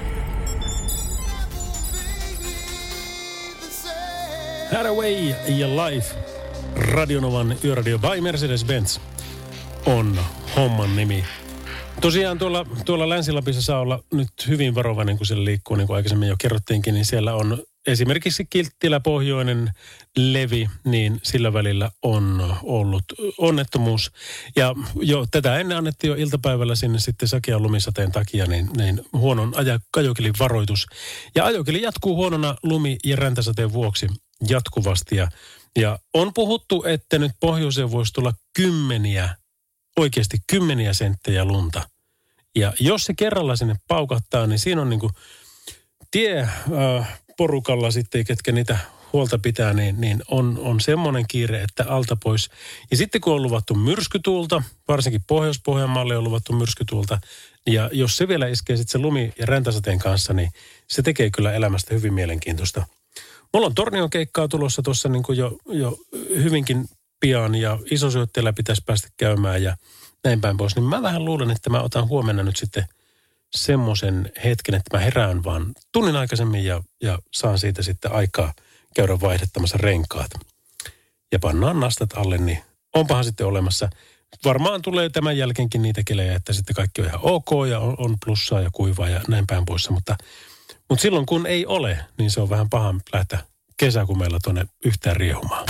Hathaway ja Life. Radionovan Yöradio by Mercedes-Benz on homman nimi. Tosiaan tuolla, tuolla Länsi-Lapissa saa olla nyt hyvin varovainen, kun siellä liikkuu, niin kuin aikaisemmin jo kerrottiinkin, niin siellä on esimerkiksi Kilttilä pohjoinen Levi, niin sillä välillä on ollut onnettomuus. Ja jo tätä ennen annettiin jo iltapäivällä sinne sitten sakean lumisateen takia, niin, niin huonon aja, ajokelin varoitus. Ja ajokeli jatkuu huonona lumi- ja räntäsateen vuoksi jatkuvasti. Ja, ja on puhuttu, että nyt pohjoiseen voisi tulla kymmeniä, oikeasti kymmeniä senttejä lunta. Ja jos se kerralla sinne paukahtaa, niin siinä on niin kuin tie äh, porukalla sitten, ketkä niitä huolta pitää, niin, niin on, on semmoinen kiire, että alta pois. Ja sitten kun on luvattu myrskytuulta, varsinkin Pohjois-Pohjanmaalle on luvattu myrskytuulta, ja jos se vielä iskee sitten se lumi- ja räntäsateen kanssa, niin se tekee kyllä elämästä hyvin mielenkiintoista. Mulla on Tornion keikkaa tulossa tuossa niin kuin jo, jo hyvinkin pian, ja Isosyötteellä pitäisi päästä käymään ja näin päin pois. Niin mä vähän luulen, että mä otan huomenna nyt sitten semmoisen hetken, että mä herään vaan tunnin aikaisemmin ja, ja saan siitä sitten aikaa käydä vaihdettamassa renkaat. Ja pannaan nastat alle, niin onpahan sitten olemassa. Varmaan tulee tämän jälkeenkin niitä kelejä, että sitten kaikki on ihan ok ja on, on plussaa ja kuivaa ja näin päin poissa. Mutta, mutta silloin kun ei ole, niin se on vähän paha lähteä kesäkumeella tuonne yhtään riehumaan.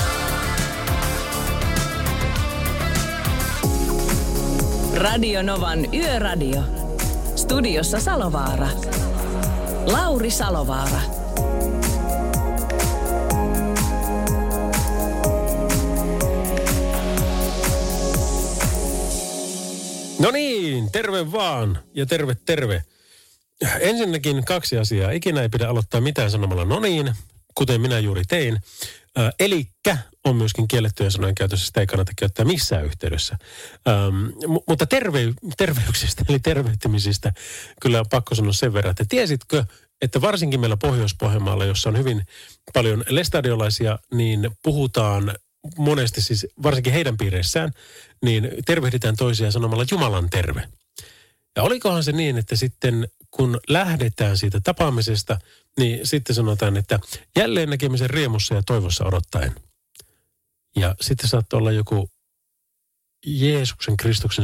Radio Novan Yöradio. Studiossa Salovaara. Lauri Salovaara. No niin, terve vaan ja terve terve. Ensinnäkin kaksi asiaa. Ikinä ei pidä aloittaa mitään sanomalla no niin, kuten minä juuri tein. Äh, elikkä on myöskin kiellettyjen sanojen käytössä, sitä ei kannata käyttää missään yhteydessä. Ähm, m- mutta terve, terveyksistä, eli tervehtimisistä, kyllä on pakko sanoa sen verran, että tiesitkö, että varsinkin meillä Pohjois-Pohjanmaalla, jossa on hyvin paljon lestadiolaisia, niin puhutaan monesti siis, varsinkin heidän piireissään, niin tervehditään toisiaan sanomalla Jumalan terve. Ja olikohan se niin, että sitten kun lähdetään siitä tapaamisesta, niin sitten sanotaan, että jälleen näkemisen riemussa ja toivossa odottaen. Ja sitten saattaa olla joku Jeesuksen Kristuksen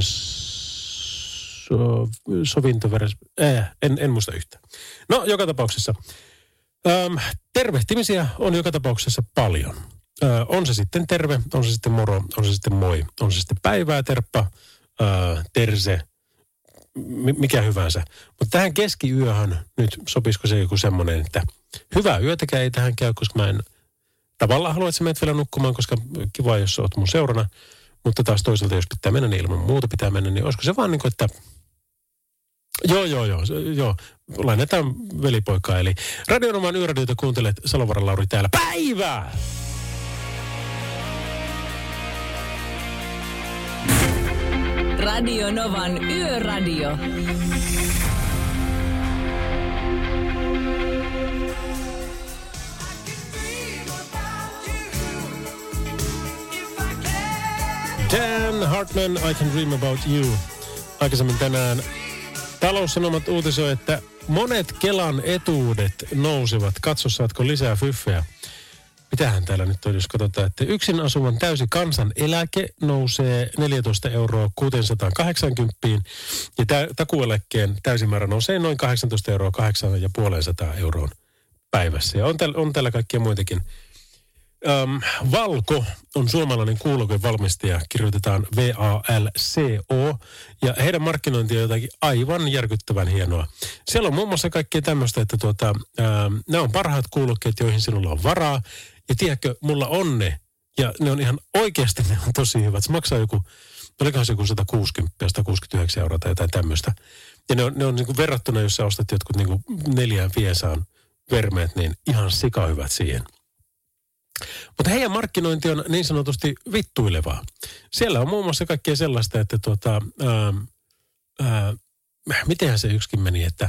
so, sovintoveres. Äh, en, en muista yhtään. No, joka tapauksessa. Ähm, tervehtimisiä on joka tapauksessa paljon. Äh, on se sitten terve, on se sitten moro, on se sitten moi, on se sitten päivää, terppa, äh, terse, mikä hyvänsä. Mutta tähän keskiyöhön nyt sopisiko se joku semmoinen, että hyvää yötäkään ei tähän käy, koska mä en tavallaan halua, että sä menet vielä nukkumaan, koska kiva, jos sä oot mun seurana. Mutta taas toisaalta, jos pitää mennä, niin ilman muuta pitää mennä, niin olisiko se vaan niin kuin, että Joo, joo, joo. joo. Lainataan velipoikaa. Eli Radionovan yöradiota kuuntelet Salovaran Lauri täällä. Päivää! Radio Novan Yöradio. Dan Hartman, I Can Dream About You. Aikaisemmin tänään Taloussanomat uutisoi, että monet Kelan etuudet nousevat. Katso, saatko lisää fyffeä. Mitähän täällä nyt on, jos katsotaan, että yksin asuvan täysi kansaneläke nousee neljätoista euroa kuusisataakahdeksankymmentä ja tä- takueläkkeen täysimäärä nousee noin kahdeksantoista euroa kahdeksansataa euroon päivässä. Ja on, täl- on täällä kaikkia muitakin. Öm, Valko on suomalainen kuulokevalmistaja, kirjoitetaan V A L C O, ja heidän markkinointi on jotakin aivan järkyttävän hienoa. Siellä on muun muassa kaikkea tämmöistä, että tuota, ähm, nämä on parhaat kuulokkeet, joihin sinulla on varaa, ja tiedätkö, mulla on ne, ja ne on ihan oikeasti, ne on tosi hyvät. Se maksaa joku, olikohan se joku sata kuusikymmentä, sata kuusikymmentäyhdeksän euroa tai jotain tämmöistä. Ja ne on, ne on niin kuin verrattuna, jos sä ostat jotkut niin kuin neljään viesaan vermeet, niin ihan sikahyvät siihen. Mutta heidän markkinointi on niin sanotusti vittuilevaa. Siellä on muun muassa kaikkea sellaista, että tuota, ää, ää, mitenhän se yksikin meni, että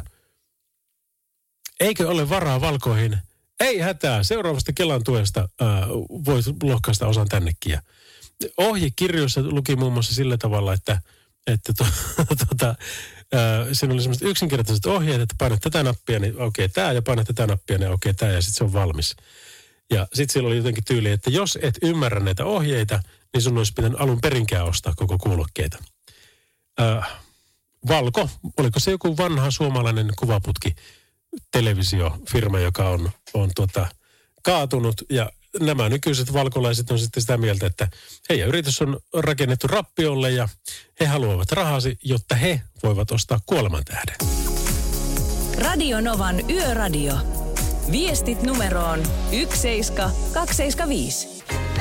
eikö ole varaa valkoihin? Ei hätää, seuraavasta Kelan tuesta ää, voit lohkaista osan tännekin. Ja ohjekirjoissa luki muun muassa sillä tavalla, että, että to, tuota, ää, siinä oli sellaiset yksinkertaiset ohjeet, että painat tätä nappia, niin okei okay, tämä, ja painat tätä nappia, niin okei okay, tämä, ja sitten se on valmis. Ja sitten siellä oli jotenkin tyyli, että jos et ymmärrä näitä ohjeita, niin sun olisi pitänyt alun perinkään ostaa koko kuulokkeita. Äh, Valko, oliko se joku vanha suomalainen kuvaputki televisiofirma, joka on, on tuota, kaatunut. Ja nämä nykyiset valkolaiset on sitten sitä mieltä, että heidän yritys on rakennettu rappiolle ja he haluavat rahasi, jotta he voivat ostaa kuolemantähden. Radio Novan Yöradio. Viestit numeroon yksi seitsemän kaksi seitsemän viisi.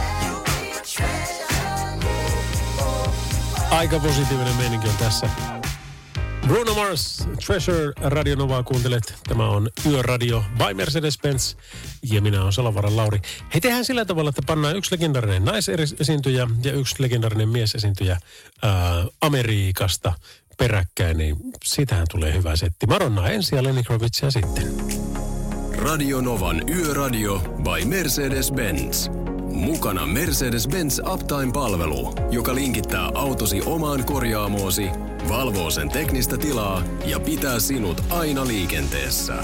Aika positiivinen meininki on tässä. Bruno Mars, Treasure, Radio Novaa kuuntelet. Tämä on Yöradio by Mercedes-Benz ja minä olen Salovaran Lauri. Hei, tehdään sillä tavalla, että pannaan yksi legendaarinen naisesiintyjä ja yksi legendaarinen miesesiintyjä ää, Amerikasta peräkkäin, niin siitähän tulee hyvä setti. Madonna ensin ja Lenny Kravitzia sitten. Radio Novan Yöradio by Mercedes-Benz. Mukana Mercedes-Benz Uptime-palvelu, joka linkittää autosi omaan korjaamoosi, valvoo sen teknistä tilaa ja pitää sinut aina liikenteessä.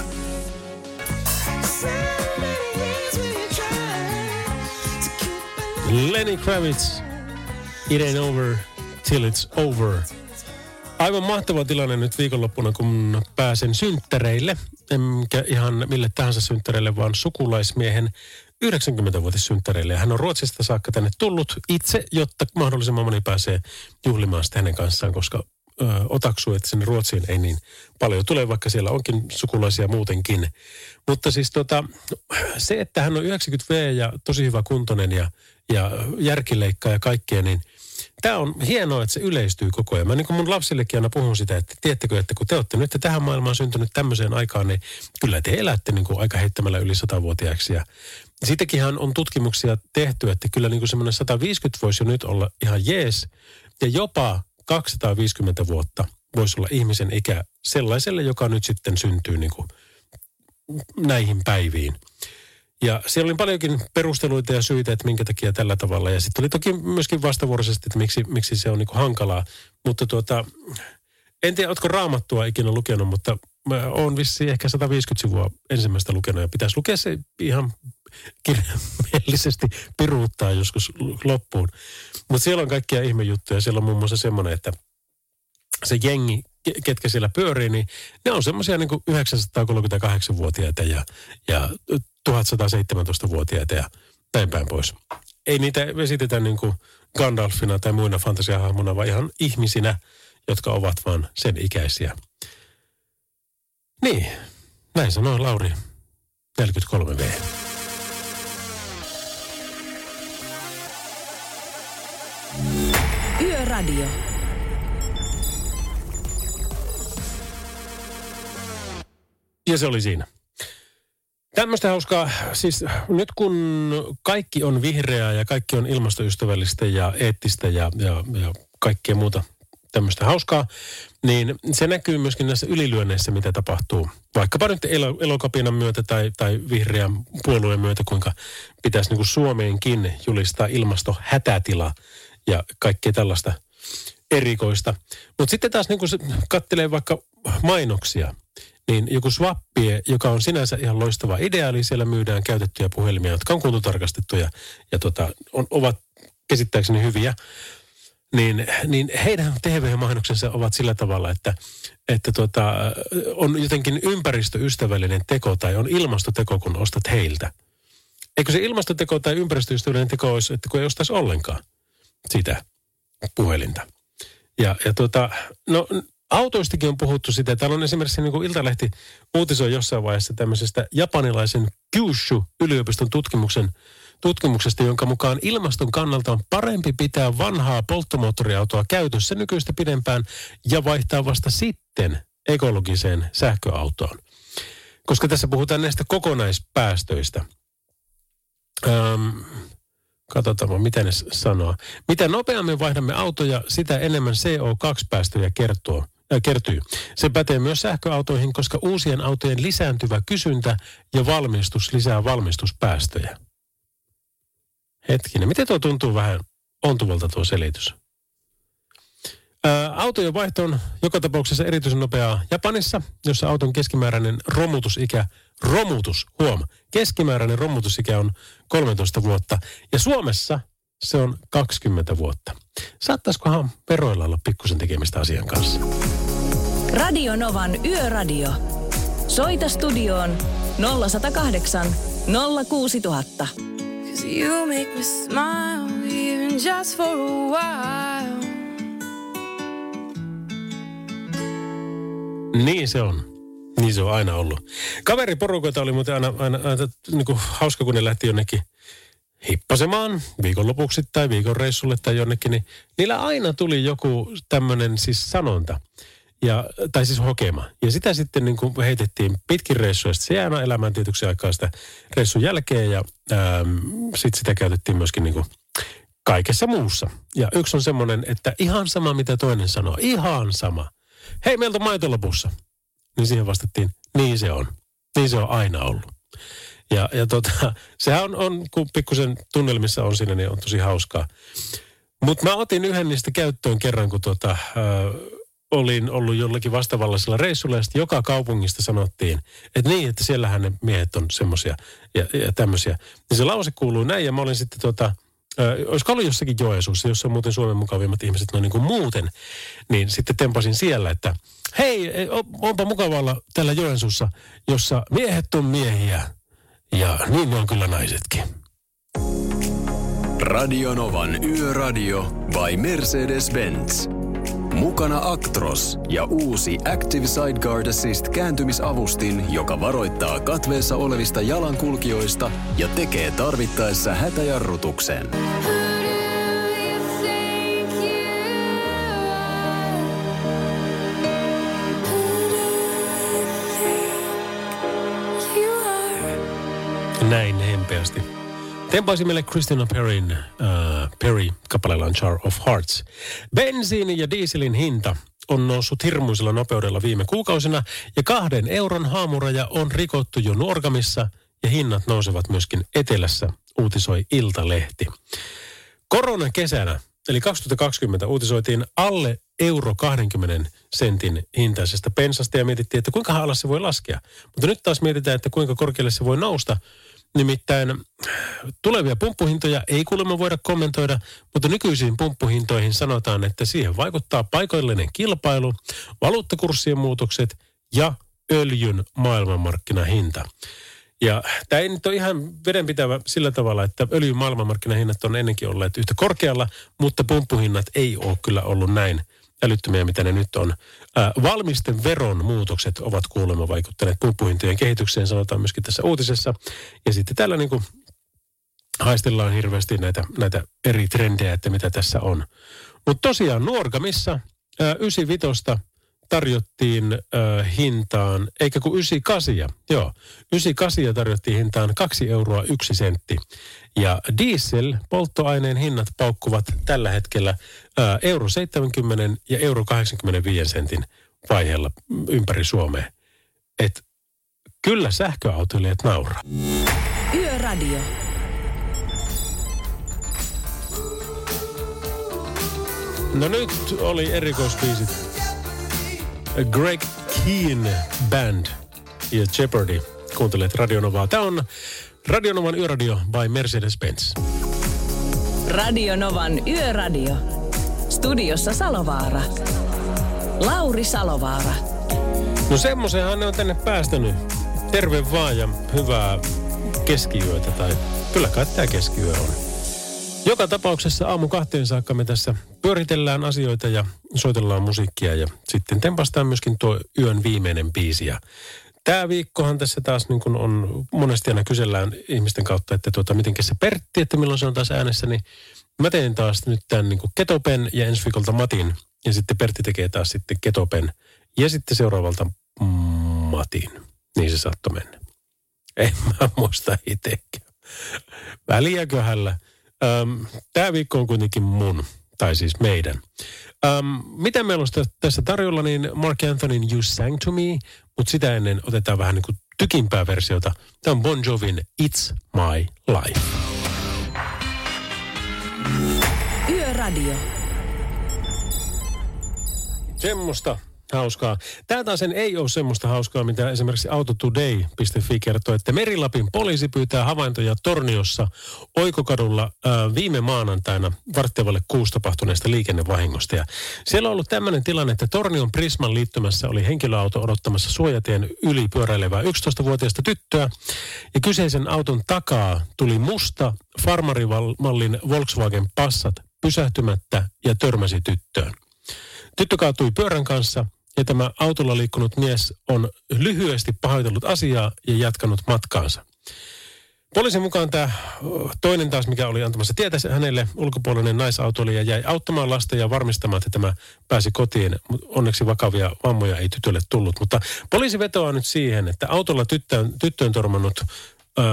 Lenny Kravitz, It Ain't Over Till It's Over. Aivan mahtava tilanne nyt viikonloppuna, kun pääsen synttäreille. Enkä ihan mille tahansa synttäreille, vaan sukulaismiehen yhdeksänkymmentävuotissynttäreille. Hän on Ruotsista saakka tänne tullut itse, jotta mahdollisimman moni pääsee juhlimaan sitä hänen kanssaan, koska ö, otaksuu, että sinne Ruotsiin ei niin paljon tule, vaikka siellä onkin sukulaisia muutenkin. Mutta siis tota, se, että hän on yhdeksänkymmentä vuotias ja tosi hyvä kuntoinen ja, ja järkileikkaa ja kaikkea, niin tämä on hienoa, että se yleistyy koko ajan. Mä niin kuin mun lapsillekin aina puhun sitä, että tiedättekö, että kun te olette nyt tähän maailmaan syntynyt tämmöiseen aikaan, niin kyllä te elätte niin kuin aika heittämällä yli satavuotiaaksi. Ja siitäkinhän on tutkimuksia tehty, että kyllä niin kuin semmoinen sata viisikymmentä voisi jo nyt olla ihan jees. Ja jopa kaksisataaviisikymmentä vuotta voisi olla ihmisen ikä sellaiselle, joka nyt sitten syntyy niin kuin näihin päiviin. Ja siellä oli paljonkin perusteluita ja syitä, että minkä takia tällä tavalla. Ja sitten oli toki myöskin vastavuoroisesti, että miksi, miksi se on niin kuin hankalaa. Mutta tuota, en tiedä, ootko Raamattua ikinä lukenut, mutta mä oon vissiin ehkä sata viisikymmentä sivua ensimmäistä lukenut. Ja pitäisi lukea se ihan kirjaimellisesti piruuttaa joskus loppuun. Mutta siellä on kaikkia ihmejuttuja. Siellä on muun muassa semmoinen, että se jengi, ketkä siellä pyörii, niin ne on semmoisia niin kuin yhdeksänsataakolmekymmentäkahdeksanvuotiaita ja, ja tuhatsataseitsemäntoistavuotiaita ja näin päin pois. Ei niitä esitetä niin kuin Gandalfina tai muina fantasiahahmona, vaan ihan ihmisinä, jotka ovat vaan sen ikäisiä. Niin, näin sanoi Lauri, neljäkymmentäkolme vuotta. Yöradio. Ja se oli siinä. Tämmöistä hauskaa, siis nyt kun kaikki on vihreää ja kaikki on ilmastoystävällistä ja eettistä ja, ja, ja kaikkea muuta tämmöistä hauskaa, niin se näkyy myöskin näissä ylilyönneissä, mitä tapahtuu. Vaikkapa nyt Elokapinan myötä tai, tai vihreän puolueen myötä, kuinka pitäisi niin kuin Suomeenkin julistaa ilmastohätätila ja kaikkea tällaista erikoista. Mutta sitten taas niin kun se katselee vaikka mainoksia, niin joku Swappie, joka on sinänsä ihan loistava idea, eli siellä myydään käytettyjä puhelimia, jotka on kuntotarkastettuja ja tota, on, ovat käsittääkseni hyviä, niin, niin heidän T V-mainoksensa ovat sillä tavalla, että, että tota, on jotenkin ympäristöystävällinen teko tai on ilmastoteko, kun ostat heiltä. Eikö se ilmastoteko tai ympäristöystävällinen teko olisi, että kun ei ostaisi ollenkaan sitä puhelinta? Ja, ja tota, no autoistakin on puhuttu sitä. Täällä on esimerkiksi niin kuin Iltalehti uutisoi jossain vaiheessa tämmöisestä japanilaisen Kyushu-yliopiston tutkimuksen, tutkimuksesta, jonka mukaan ilmaston kannalta on parempi pitää vanhaa polttomoottoriautoa käytössä nykyistä pidempään ja vaihtaa vasta sitten ekologiseen sähköautoon. Koska tässä puhutaan näistä kokonaispäästöistä. Öm, katsotaan, miten ne sanoo. Mitä nopeammin vaihdamme autoja, sitä enemmän C O kaksi päästöjä kertoo. kertyy. Se pätee myös sähköautoihin, koska uusien autojen lisääntyvä kysyntä ja valmistus lisää valmistuspäästöjä. Hetkinen, miten tuo tuntuu vähän ontuvalta tuo selitys? Ää, autojen vaihto on joka tapauksessa erityisen nopeaa Japanissa, jossa auton keskimääräinen romutusikä, romutus, huom, keskimääräinen romutusikä on kolmetoista vuotta ja Suomessa se on kaksikymmentä vuotta. Saattaisikohan veroilla olla pikkusen tekemistä asian kanssa? Radio Novan Yöradio. Soita studioon nolla yksi nolla kahdeksan nolla kuusi nolla nolla nolla. You make me smile even just for a while. Niin se on. Niin se on aina ollut. Kaveriporukoita oli muuten aina, aina, aina niin kuin hauska, kun ne lähti jonnekin hippasemaan viikonlopuksi tai viikonreissulle tai jonnekin, niin niillä aina tuli joku tämmöinen siis sanonta, ja, tai siis hokema. Ja sitä sitten niin kuin heitettiin pitkin reissuja, se jää aina elämään tietyksi aikaa sitä reissun jälkeen, ja sitten sitä käytettiin myöskin niin kuin kaikessa muussa. Ja yksi on semmoinen, että ihan sama mitä toinen sanoo, ihan sama. Hei, meiltä on maito lopussa. Niin siihen vastattiin, niin se on. Niin se on aina ollut. Ja, ja tota, sehän on, on, kun pikkusen tunnelmissa on siinä, niin on tosi hauskaa. Mutta mä otin yhden niistä käyttöön kerran, kun tota, äh, olin ollut jollakin vastaavallisella reissulla, ja joka kaupungista sanottiin, että niin, että siellähän ne miehet on semmoisia ja, ja tämmöisiä. Niin se lause kuuluu näin, ja mä olin sitten tota, äh, olisiko ollut jossakin Joensuussa, jossa on muuten Suomen mukavimmat ihmiset, no niin kuin muuten, niin sitten tempasin siellä, että hei, onpa mukava olla täällä Joensuussa, jossa miehet on miehiä. Ja niin ne on kyllä naisetkin. Radio Novan Yöradio by Mercedes-Benz. Mukana Actros ja uusi Active Sideguard Assist kääntymisavustin, joka varoittaa katveessa olevista jalankulkijoista ja tekee tarvittaessa hätäjarrutuksen. Näin hempeästi. Tempaisi meille Christina Perryn, uh, Perry kappaleellaan Jar of Hearts. Bensiinin ja dieselin hinta on noussut hirmuisella nopeudella viime kuukausina ja kahden euron haamuraja on rikottu jo Nuorgamissa ja hinnat nousevat myöskin etelässä, uutisoi Iltalehti. Koronakesänä, eli kaksituhattakaksikymmentä, uutisoitiin alle euro kaksikymmentä sentin hintaisesta bensasta ja mietittiin, että kuinka alas se voi laskea. Mutta nyt taas mietitään, että kuinka korkealle se voi nousta. Nimittäin tulevia pumppuhintoja ei kuulemma voida kommentoida, mutta nykyisiin pumppuhintoihin sanotaan, että siihen vaikuttaa paikallinen kilpailu, valuuttakurssien muutokset ja öljyn maailmanmarkkinahinta. Ja tämä ei nyt ole ihan vedenpitävä sillä tavalla, että öljyn maailmanmarkkinahinnat on ennenkin olleet yhtä korkealla, mutta pumppuhinnat ei ole kyllä ollut näin älyttömiä, mitä ne nyt on. Ää, valmisteveron muutokset ovat kuulemma vaikuttaneet pumppuhintojen kehitykseen, sanotaan myöskin tässä uutisessa. Ja sitten täällä niin kuin haistellaan hirveästi näitä, näitä eri trendejä, että mitä tässä on. Mutta tosiaan Nuorgamissa ää, yhdeksänkymmentäviisi tarjottiin äh, hintaan, eikä kuin yhdeksänkymmentäkahdeksan, joo, yhdeksänkymmentäkahdeksan tarjottiin hintaan kaksi euroa yksi sentti. Ja diesel, polttoaineen hinnat paukkuvat tällä hetkellä äh, euro seitsemänkymmentä ja euro kahdeksankymmentäviisi sentin vaiheella ympäri Suomea. Et kyllä sähköautoilijat nauraa. Yöradio. No nyt oli erikoisbiisit. Greg Keen Band ja Jeopardy. Kuuntelet Radio Novaa. Tämä on Radio Novan Yöradio by Mercedes-Benz. Radio Novan Yöradio. Studiossa Salovaara. Lauri Salovaara. No semmoisenhan ne on tänne päästänyt. Terve vaan ja hyvää keskiyötä. Tai kyllä kai tämä keskiyö on. Joka tapauksessa aamu kahteen saakka me tässä pyöritellään asioita ja soitellaan musiikkia ja sitten tempastaan myöskin tuo yön viimeinen biisi. Ja tämä viikkohan tässä taas niin kuin on monesti aina kysellään ihmisten kautta, että tuota, mitenkä se Pertti, että milloin se on taas äänessä, niin mä teen taas nyt tämän niin kuin Ketopen ja ensi viikolta Matin ja sitten Pertti tekee taas sitten Ketopen ja sitten seuraavalta Matin. Niin se saattoi mennä. En mä muista itsekään. Väliäköhällä. Um, Tämä viikko on kuitenkin mun, tai siis meidän. Um, mitä meillä on tässä tarjolla, niin Mark Anthonyn You Sang to Me, mutta sitä ennen otetaan vähän niin kuin tykimpää versiota. Tämä on Bon Jovin It's My Life. Yöradio. Semmosta hauskaa. Tämä taas ei ole semmoista hauskaa, mitä esimerkiksi autotoday piste fi kertoo, että Meri-Lapin poliisi pyytää havaintoja Torniossa Oikokadulla ää, viime maanantaina varttiavalle kuusi tapahtuneesta liikennevahingosta. Ja siellä on ollut tämmöinen tilanne, että Tornion Prisman liittymässä oli henkilöauto odottamassa suojatien yli pyöräilevää yksitoistavuotiaista tyttöä. Ja kyseisen auton takaa tuli musta farmarimallin Volkswagen Passat pysähtymättä ja törmäsi tyttöön. Tyttö kaatui pyörän kanssa ja tämä autolla liikkunut mies on lyhyesti pahoitellut asiaa ja jatkanut matkaansa. Poliisin mukaan tämä toinen taas, mikä oli antamassa tietä hänelle, ulkopuolinen naisautoilija jäi auttamaan lasta ja varmistamaan, että tämä pääsi kotiin. Onneksi vakavia vammoja ei tytölle tullut, mutta poliisi vetoaa nyt siihen, että autolla tyttöön, tyttöön törmannut, öö,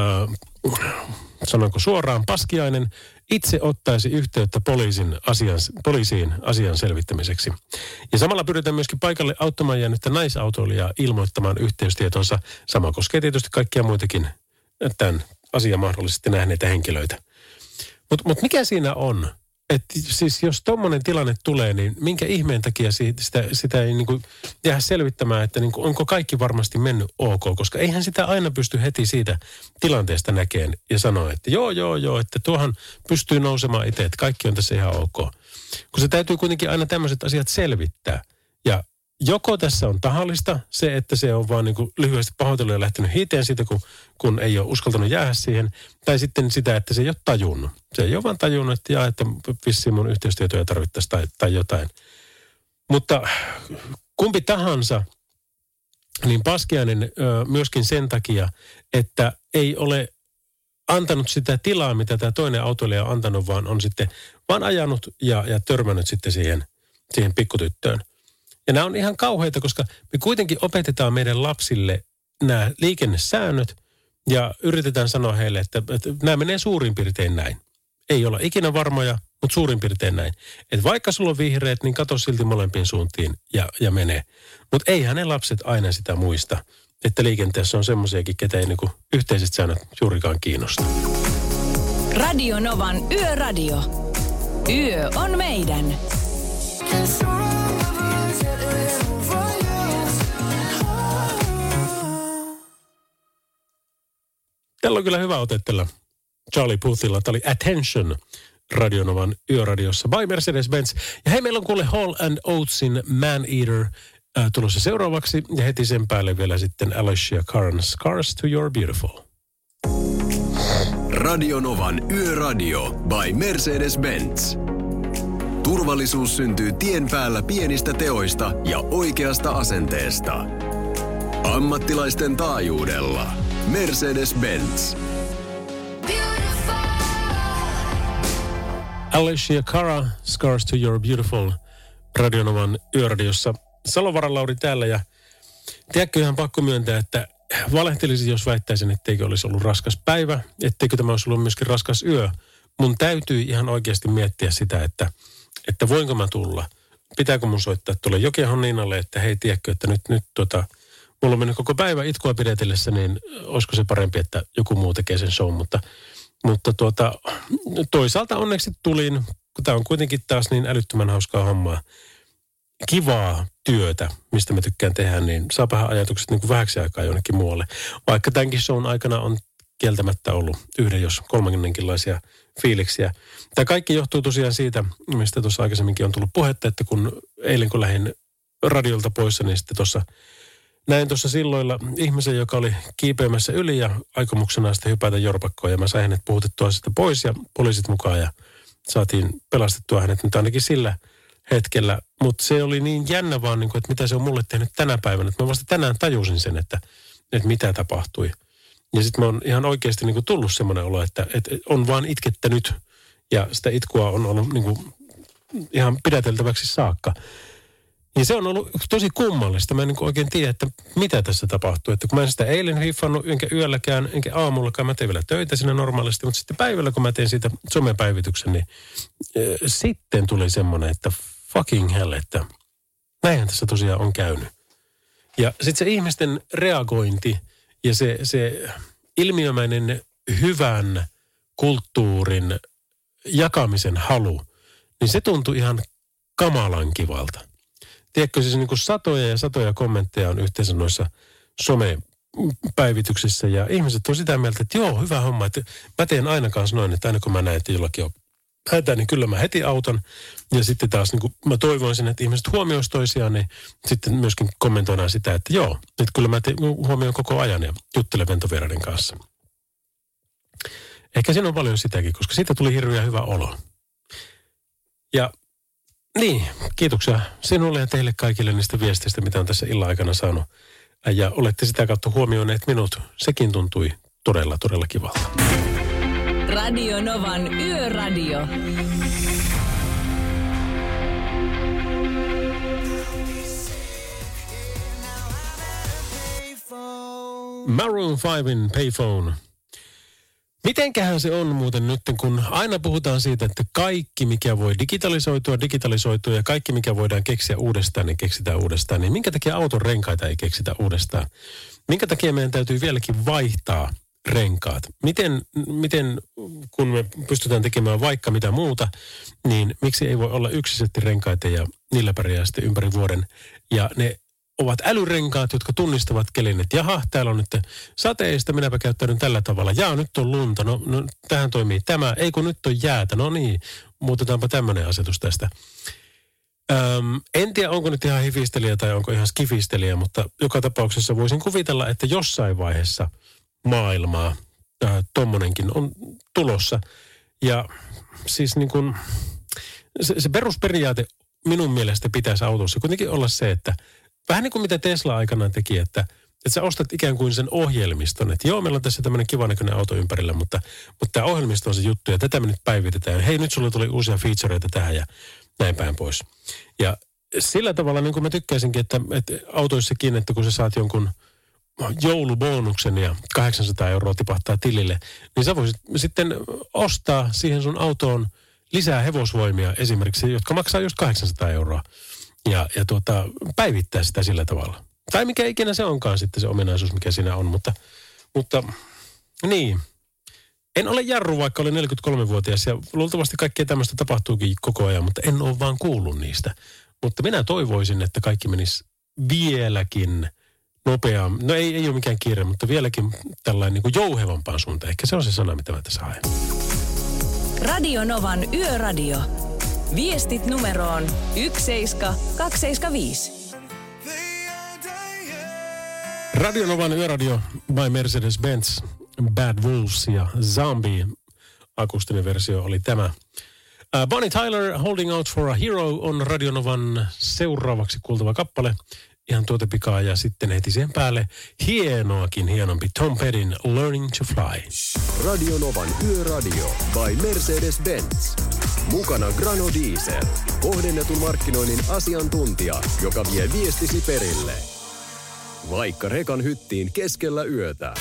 sanonko suoraan, paskiainen, itse ottaisi yhteyttä poliisin asian, poliisiin asian selvittämiseksi. Ja samalla pyritään myöskin paikalle auttamaan jäänyttä naisautoilijaa ilmoittamaan yhteystietonsa. Sama koskee tietysti kaikkia muitakin tämän asian mahdollisesti nähneitä henkilöitä. Mutta mut mikä siinä on? Että siis jos tommonen tilanne tulee, niin minkä ihmeen takia siitä, sitä, sitä ei niinku jää selvittämään, että niinku onko kaikki varmasti mennyt ok, koska eihän sitä aina pysty heti siitä tilanteesta näkeen ja sanoa, että joo, joo, joo, että tuohan pystyy nousemaan itse, että kaikki on tässä ihan ok. Kun se täytyy kuitenkin aina tämmöiset asiat selvittää. Ja joko tässä on tahallista se, että se on vaan niinku lyhyesti pahoitellut ja lähtenyt hiiteen siitä, kun, kun ei ole uskaltanut jäädä siihen. Tai sitten sitä, että se ei ole tajunnut. Se ei ole vaan tajunnut, että jaa, että vissiin mun yhteystietoja tarvittaisiin tai, tai jotain. Mutta kumpi tahansa, niin paskiainen ö, myöskin sen takia, että ei ole antanut sitä tilaa, mitä tämä toinen autoilija on antanut, vaan on sitten vaan ajanut ja, ja törmännyt sitten siihen, siihen pikkutyttöön. Ja nämä on ihan kauheita, koska me kuitenkin opetetaan meidän lapsille nämä liikennesäännöt ja yritetään sanoa heille, että, että nämä menee suurin piirtein näin. Ei olla ikinä varmoja, mutta suurin piirtein näin. Että vaikka sulla on vihreät, niin katso silti molempiin suuntiin ja, ja menee. Mutta eihän ne lapset aina sitä muista, että liikenteessä on semmoisiakin, ketä ei niinku yhteiset säännöt juurikaan kiinnosta. Radio Novan Yöradio. Yö on meidän. Tällä on kyllä hyvä otettella Charlie Puthilla. Tämä oli Attention Radio Novan Yöradiossa by Mercedes-Benz. Ja hei, meillä on kuule Hall and Oatesin Man Eater äh, tulossa seuraavaksi. Ja heti sen päälle vielä sitten Alicia Caron Scars to Your Beautiful. Radio Novan Yöradio by Mercedes-Benz. Turvallisuus syntyy tien päällä pienistä teoista ja oikeasta asenteesta. Ammattilaisten taajuudella. Mercedes-Benz. Alicia Cara, Scars to Your Beautiful, Radio Novan Yöradiossa. Salovaran Lauri täällä ja tiedätkö ihan pakko myöntää, että valehtelisin, jos väittäisin, etteikö olisi ollut raskas päivä, etteikö tämä olisi ollut myöskin raskas yö. Mun täytyy ihan oikeasti miettiä sitä, että, että voinko mä tulla. Pitääkö mun soittaa tuolle Jokihon Niinalle, että hei, tiedätkö, että nyt, nyt tota, mulla on mennyt koko päivä itkua pidetellessä, niin olisiko se parempi, että joku muu tekee sen show, mutta, mutta tuota, toisaalta onneksi tulin, kun tämä on kuitenkin taas niin älyttömän hauskaa hommaa. Kivaa työtä, mistä mä tykkään tehdä, niin saapahan ajatukset niin kuin vähäksi aikaa jonnekin muualle. Vaikka tämänkin shown aikana on kieltämättä ollut yhden jos kolmankinlaisia fiiliksiä. Tämä kaikki johtuu tosiaan siitä, mistä tuossa aikaisemminkin on tullut puhetta, että kun eilen kun lähdin radiolta pois, niin sitten tuossa näin tuossa silloilla ihmisen, joka oli kiipeämässä yli ja aikomuksena sitten hypätä jorpakkoon. Ja mä sain hänet puhutettua sitä pois ja poliisit mukaan ja saatiin pelastettua hänet nyt ainakin sillä hetkellä. Mutta se oli niin jännä vaan, niin kuin, että mitä se on mulle tehnyt tänä päivänä. Että mä vasta tänään tajusin sen, että, että mitä tapahtui. Ja sitten mä oon ihan oikeasti niin kuin tullut semmoinen olo, että, että on vaan itkettänyt ja sitä itkua on ollut niin kuin ihan pidäteltäväksi saakka. Ja se on ollut tosi kummallista. Mä en niin kuin oikein tiedä, että mitä tässä tapahtuu. Että kun mä en sitä eilen hiffannut, enkä yölläkään, enkä aamullakaan. Mä tein vielä töitä siinä normaalisti, mutta sitten päivällä, kun mä tein siitä somepäivityksen, niin äh, sitten tuli semmoinen, että fucking hell, että näinhän tässä tosiaan on käynyt. Ja sitten se ihmisten reagointi ja se, se ilmiömäinen hyvän kulttuurin jakamisen halu, niin se tuntui ihan kamalan kivalta. Tiedätkö, siis niin kuin satoja ja satoja kommentteja on yhteensä noissa somepäivityksissä ja ihmiset on sitä mieltä, että joo, hyvä homma, että mä teen aina kanssa noin, että aina kun mä näen, että jollakin on hätä, niin kyllä mä heti autan. Ja sitten taas niin kuin mä toivoisin, että ihmiset huomioisi toisiaan, niin sitten myöskin kommentoidaan sitä, että joo, että kyllä mä te, huomioon koko ajan ja juttelen ventovieraiden kanssa. Ehkä siinä on paljon sitäkin, koska siitä tuli hirveän hyvä olo. Ja niin, kiitoksia sinulle ja teille kaikille niistä viesteistä, mitä on tässä illan aikana saanut. Ja olette sitä kautta huomioineet minut. Sekin tuntui todella, todella kivalta. Radio Novan Yöradio. Maroon fiven Payphone. Mitenkähän se on muuten nyt, kun aina puhutaan siitä, että kaikki mikä voi digitalisoitua, digitalisoitua ja kaikki mikä voidaan keksiä uudestaan, niin keksitään uudestaan. Niin minkä takia auton renkaita ei keksitä uudestaan? Minkä takia meidän täytyy vieläkin vaihtaa renkaat? Miten, miten kun me pystytään tekemään vaikka mitä muuta, niin miksi ei voi olla yksi setti renkaita ja niillä pärjää sitten ympäri vuoden ja ne ovat älyrenkaat, jotka tunnistavat kelin, että jaha, täällä on nyt sateista, minäpä käyttäydyn tällä tavalla. Jaa, nyt on lunta, no, no tähän toimii tämä. Ei kun nyt on jäätä, no niin, muutetaanpa tämmöinen asetus tästä. Öm, en tiedä, onko nyt ihan hifistelijä tai onko ihan skifistelijä, mutta joka tapauksessa voisin kuvitella, että jossain vaiheessa maailmaa äh, tommonenkin on tulossa. Ja siis niin kuin se, se perusperiaate minun mielestä pitäisi autossa kuitenkin olla se, että vähän niin kuin mitä Tesla aikanaan teki, että, että sä ostat ikään kuin sen ohjelmiston. Että joo, meillä on tässä tämmöinen kivan näköinen auto ympärillä, mutta, mutta tämä ohjelmisto on se juttu ja tätä me nyt päivitetään. Hei, nyt sulle tuli uusia featureita tähän ja näin päin pois. Ja sillä tavalla niin kuin mä tykkäisinkin, että, että autoissakin, että kun sä saat jonkun joulubonuksen ja kahdeksansataa euroa tipahtaa tilille, niin sä voisit sitten ostaa siihen sun autoon lisää hevosvoimia esimerkiksi, jotka maksaa just kahdeksansataa euroa. Ja, ja tuota, päivittää sitä sillä tavalla. Tai mikä ikinä se onkaan sitten se ominaisuus, mikä siinä on. Mutta, mutta niin, en ole jarru, vaikka olen neljäkymmentäkolmevuotias ja luultavasti kaikkea tämmöistä tapahtuukin koko ajan, mutta en ole vaan kuullut niistä. Mutta minä toivoisin, että kaikki menisi vieläkin nopeammin. No ei, ei ole mikään kiire, mutta vieläkin tällainen niin kuin jouhevampaan suuntaan. Ehkä se on se sana, mitä mä tässä haen. Radio Novan Yöradio. Viestit numeroon yksi seitsemän kaksi seitsemän viisi. Radio Novan Yöradio by Mercedes-Benz, Bad Wolves ja Zombie. Akustinen versio oli tämä. Uh, Bonnie Tyler, Holding Out for a Hero on Radio Novan seuraavaksi kuultava kappale. Ihan tuota pikaa ja sitten heti siihen päälle hienoakin hienompi Tom Pettyn Learning to Fly. Radio Novan Yöradio by Mercedes-Benz. Mukana Grano Diesel. Kohdennetun markkinoinnin asiantuntija, joka vie viestisi perille. Vaikka rekan hyttiin keskellä yötä.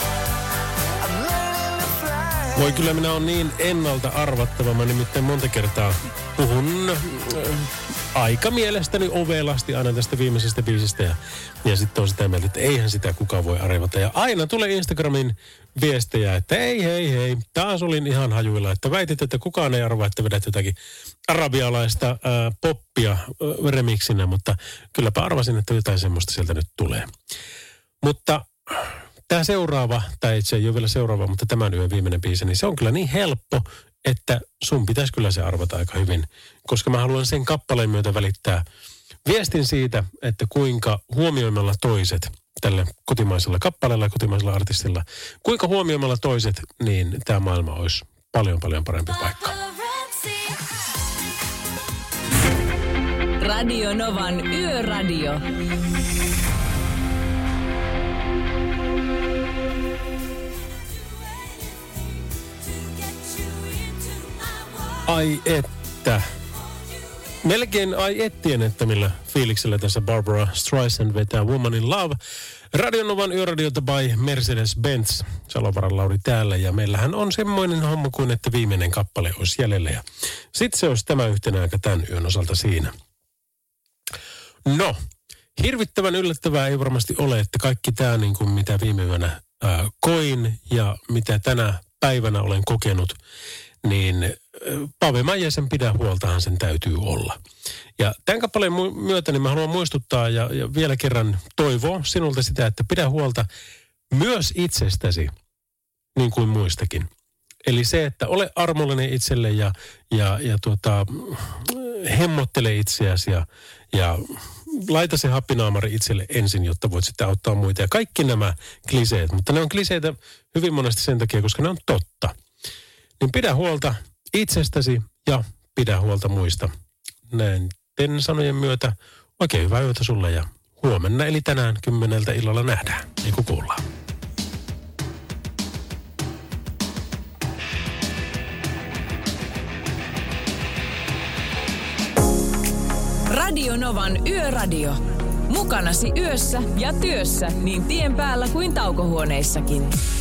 Voi kyllä, minä on niin ennalta arvattava. Mä nimittäin monta kertaa puhun äh, aika mielestäni ovelasti aina tästä viimeisestä biisistä. Ja, ja sitten on sitä mieltä, että eihän sitä kukaan voi arvata. Ja aina tulee Instagramin viestejä, että ei, hei, hei. Taas olin ihan hajuilla, että väitit, että kukaan ei arvaa, että vedät jotakin arabialaista äh, poppia äh, remiksinä. Mutta kylläpä arvasin, että jotain semmoista sieltä nyt tulee. Mutta tämä seuraava, tai se ei ole vielä seuraava, mutta tämän yön viimeinen biisi, niin se on kyllä niin helppo, että sun pitäisi kyllä se arvata aika hyvin. Koska mä haluan sen kappaleen myötä välittää viestin siitä, että kuinka huomioimalla toiset tälle kotimaisella kappaleella ja kotimaisella artistilla, kuinka huomioimalla toiset, niin tämä maailma olisi paljon paljon parempi paikka. Radio Novan Yöradio. Ai että. Melkein ai ettien, että millä fiiliksellä tässä Barbara Streisand vetää Woman in Love. Radio Novan Yöradiota by Mercedes-Benz. Salovaran Lauri täällä ja meillähän on semmoinen homma kuin, että viimeinen kappale olisi jäljellä. Ja sitten se olisi tämä yhtenä aika tämän yön osalta siinä. No, hirvittävän yllättävää ei varmasti ole, että kaikki tämä niin kuin mitä viime yönä ää, koin ja mitä tänä päivänä olen kokenut, niin Pave Maijasen Pidä huoltahan sen täytyy olla. Ja tämän kappaleen myötä niin mä haluan muistuttaa ja, ja vielä kerran toivoa sinulta sitä, että pidä huolta myös itsestäsi, niin kuin muistakin. Eli se, että ole armollinen itselle ja, ja, ja tuota, hemmottele itseäsi ja, ja laita se happinaamari itselle ensin, jotta voit sitten auttaa muita. Ja kaikki nämä kliseet, mutta ne on kliseitä hyvin monesti sen takia, koska ne on totta. Niin pidä huolta itsestäsi ja pidä huolta muista. Näiden sanojen myötä oikein hyvää yötä sulle ja huomenna eli tänään kymmeneltä illalla nähdään, niin kuin kuullaan. Radio Novan Yöradio. Mukanasi yössä ja työssä niin tien päällä kuin taukohuoneissakin.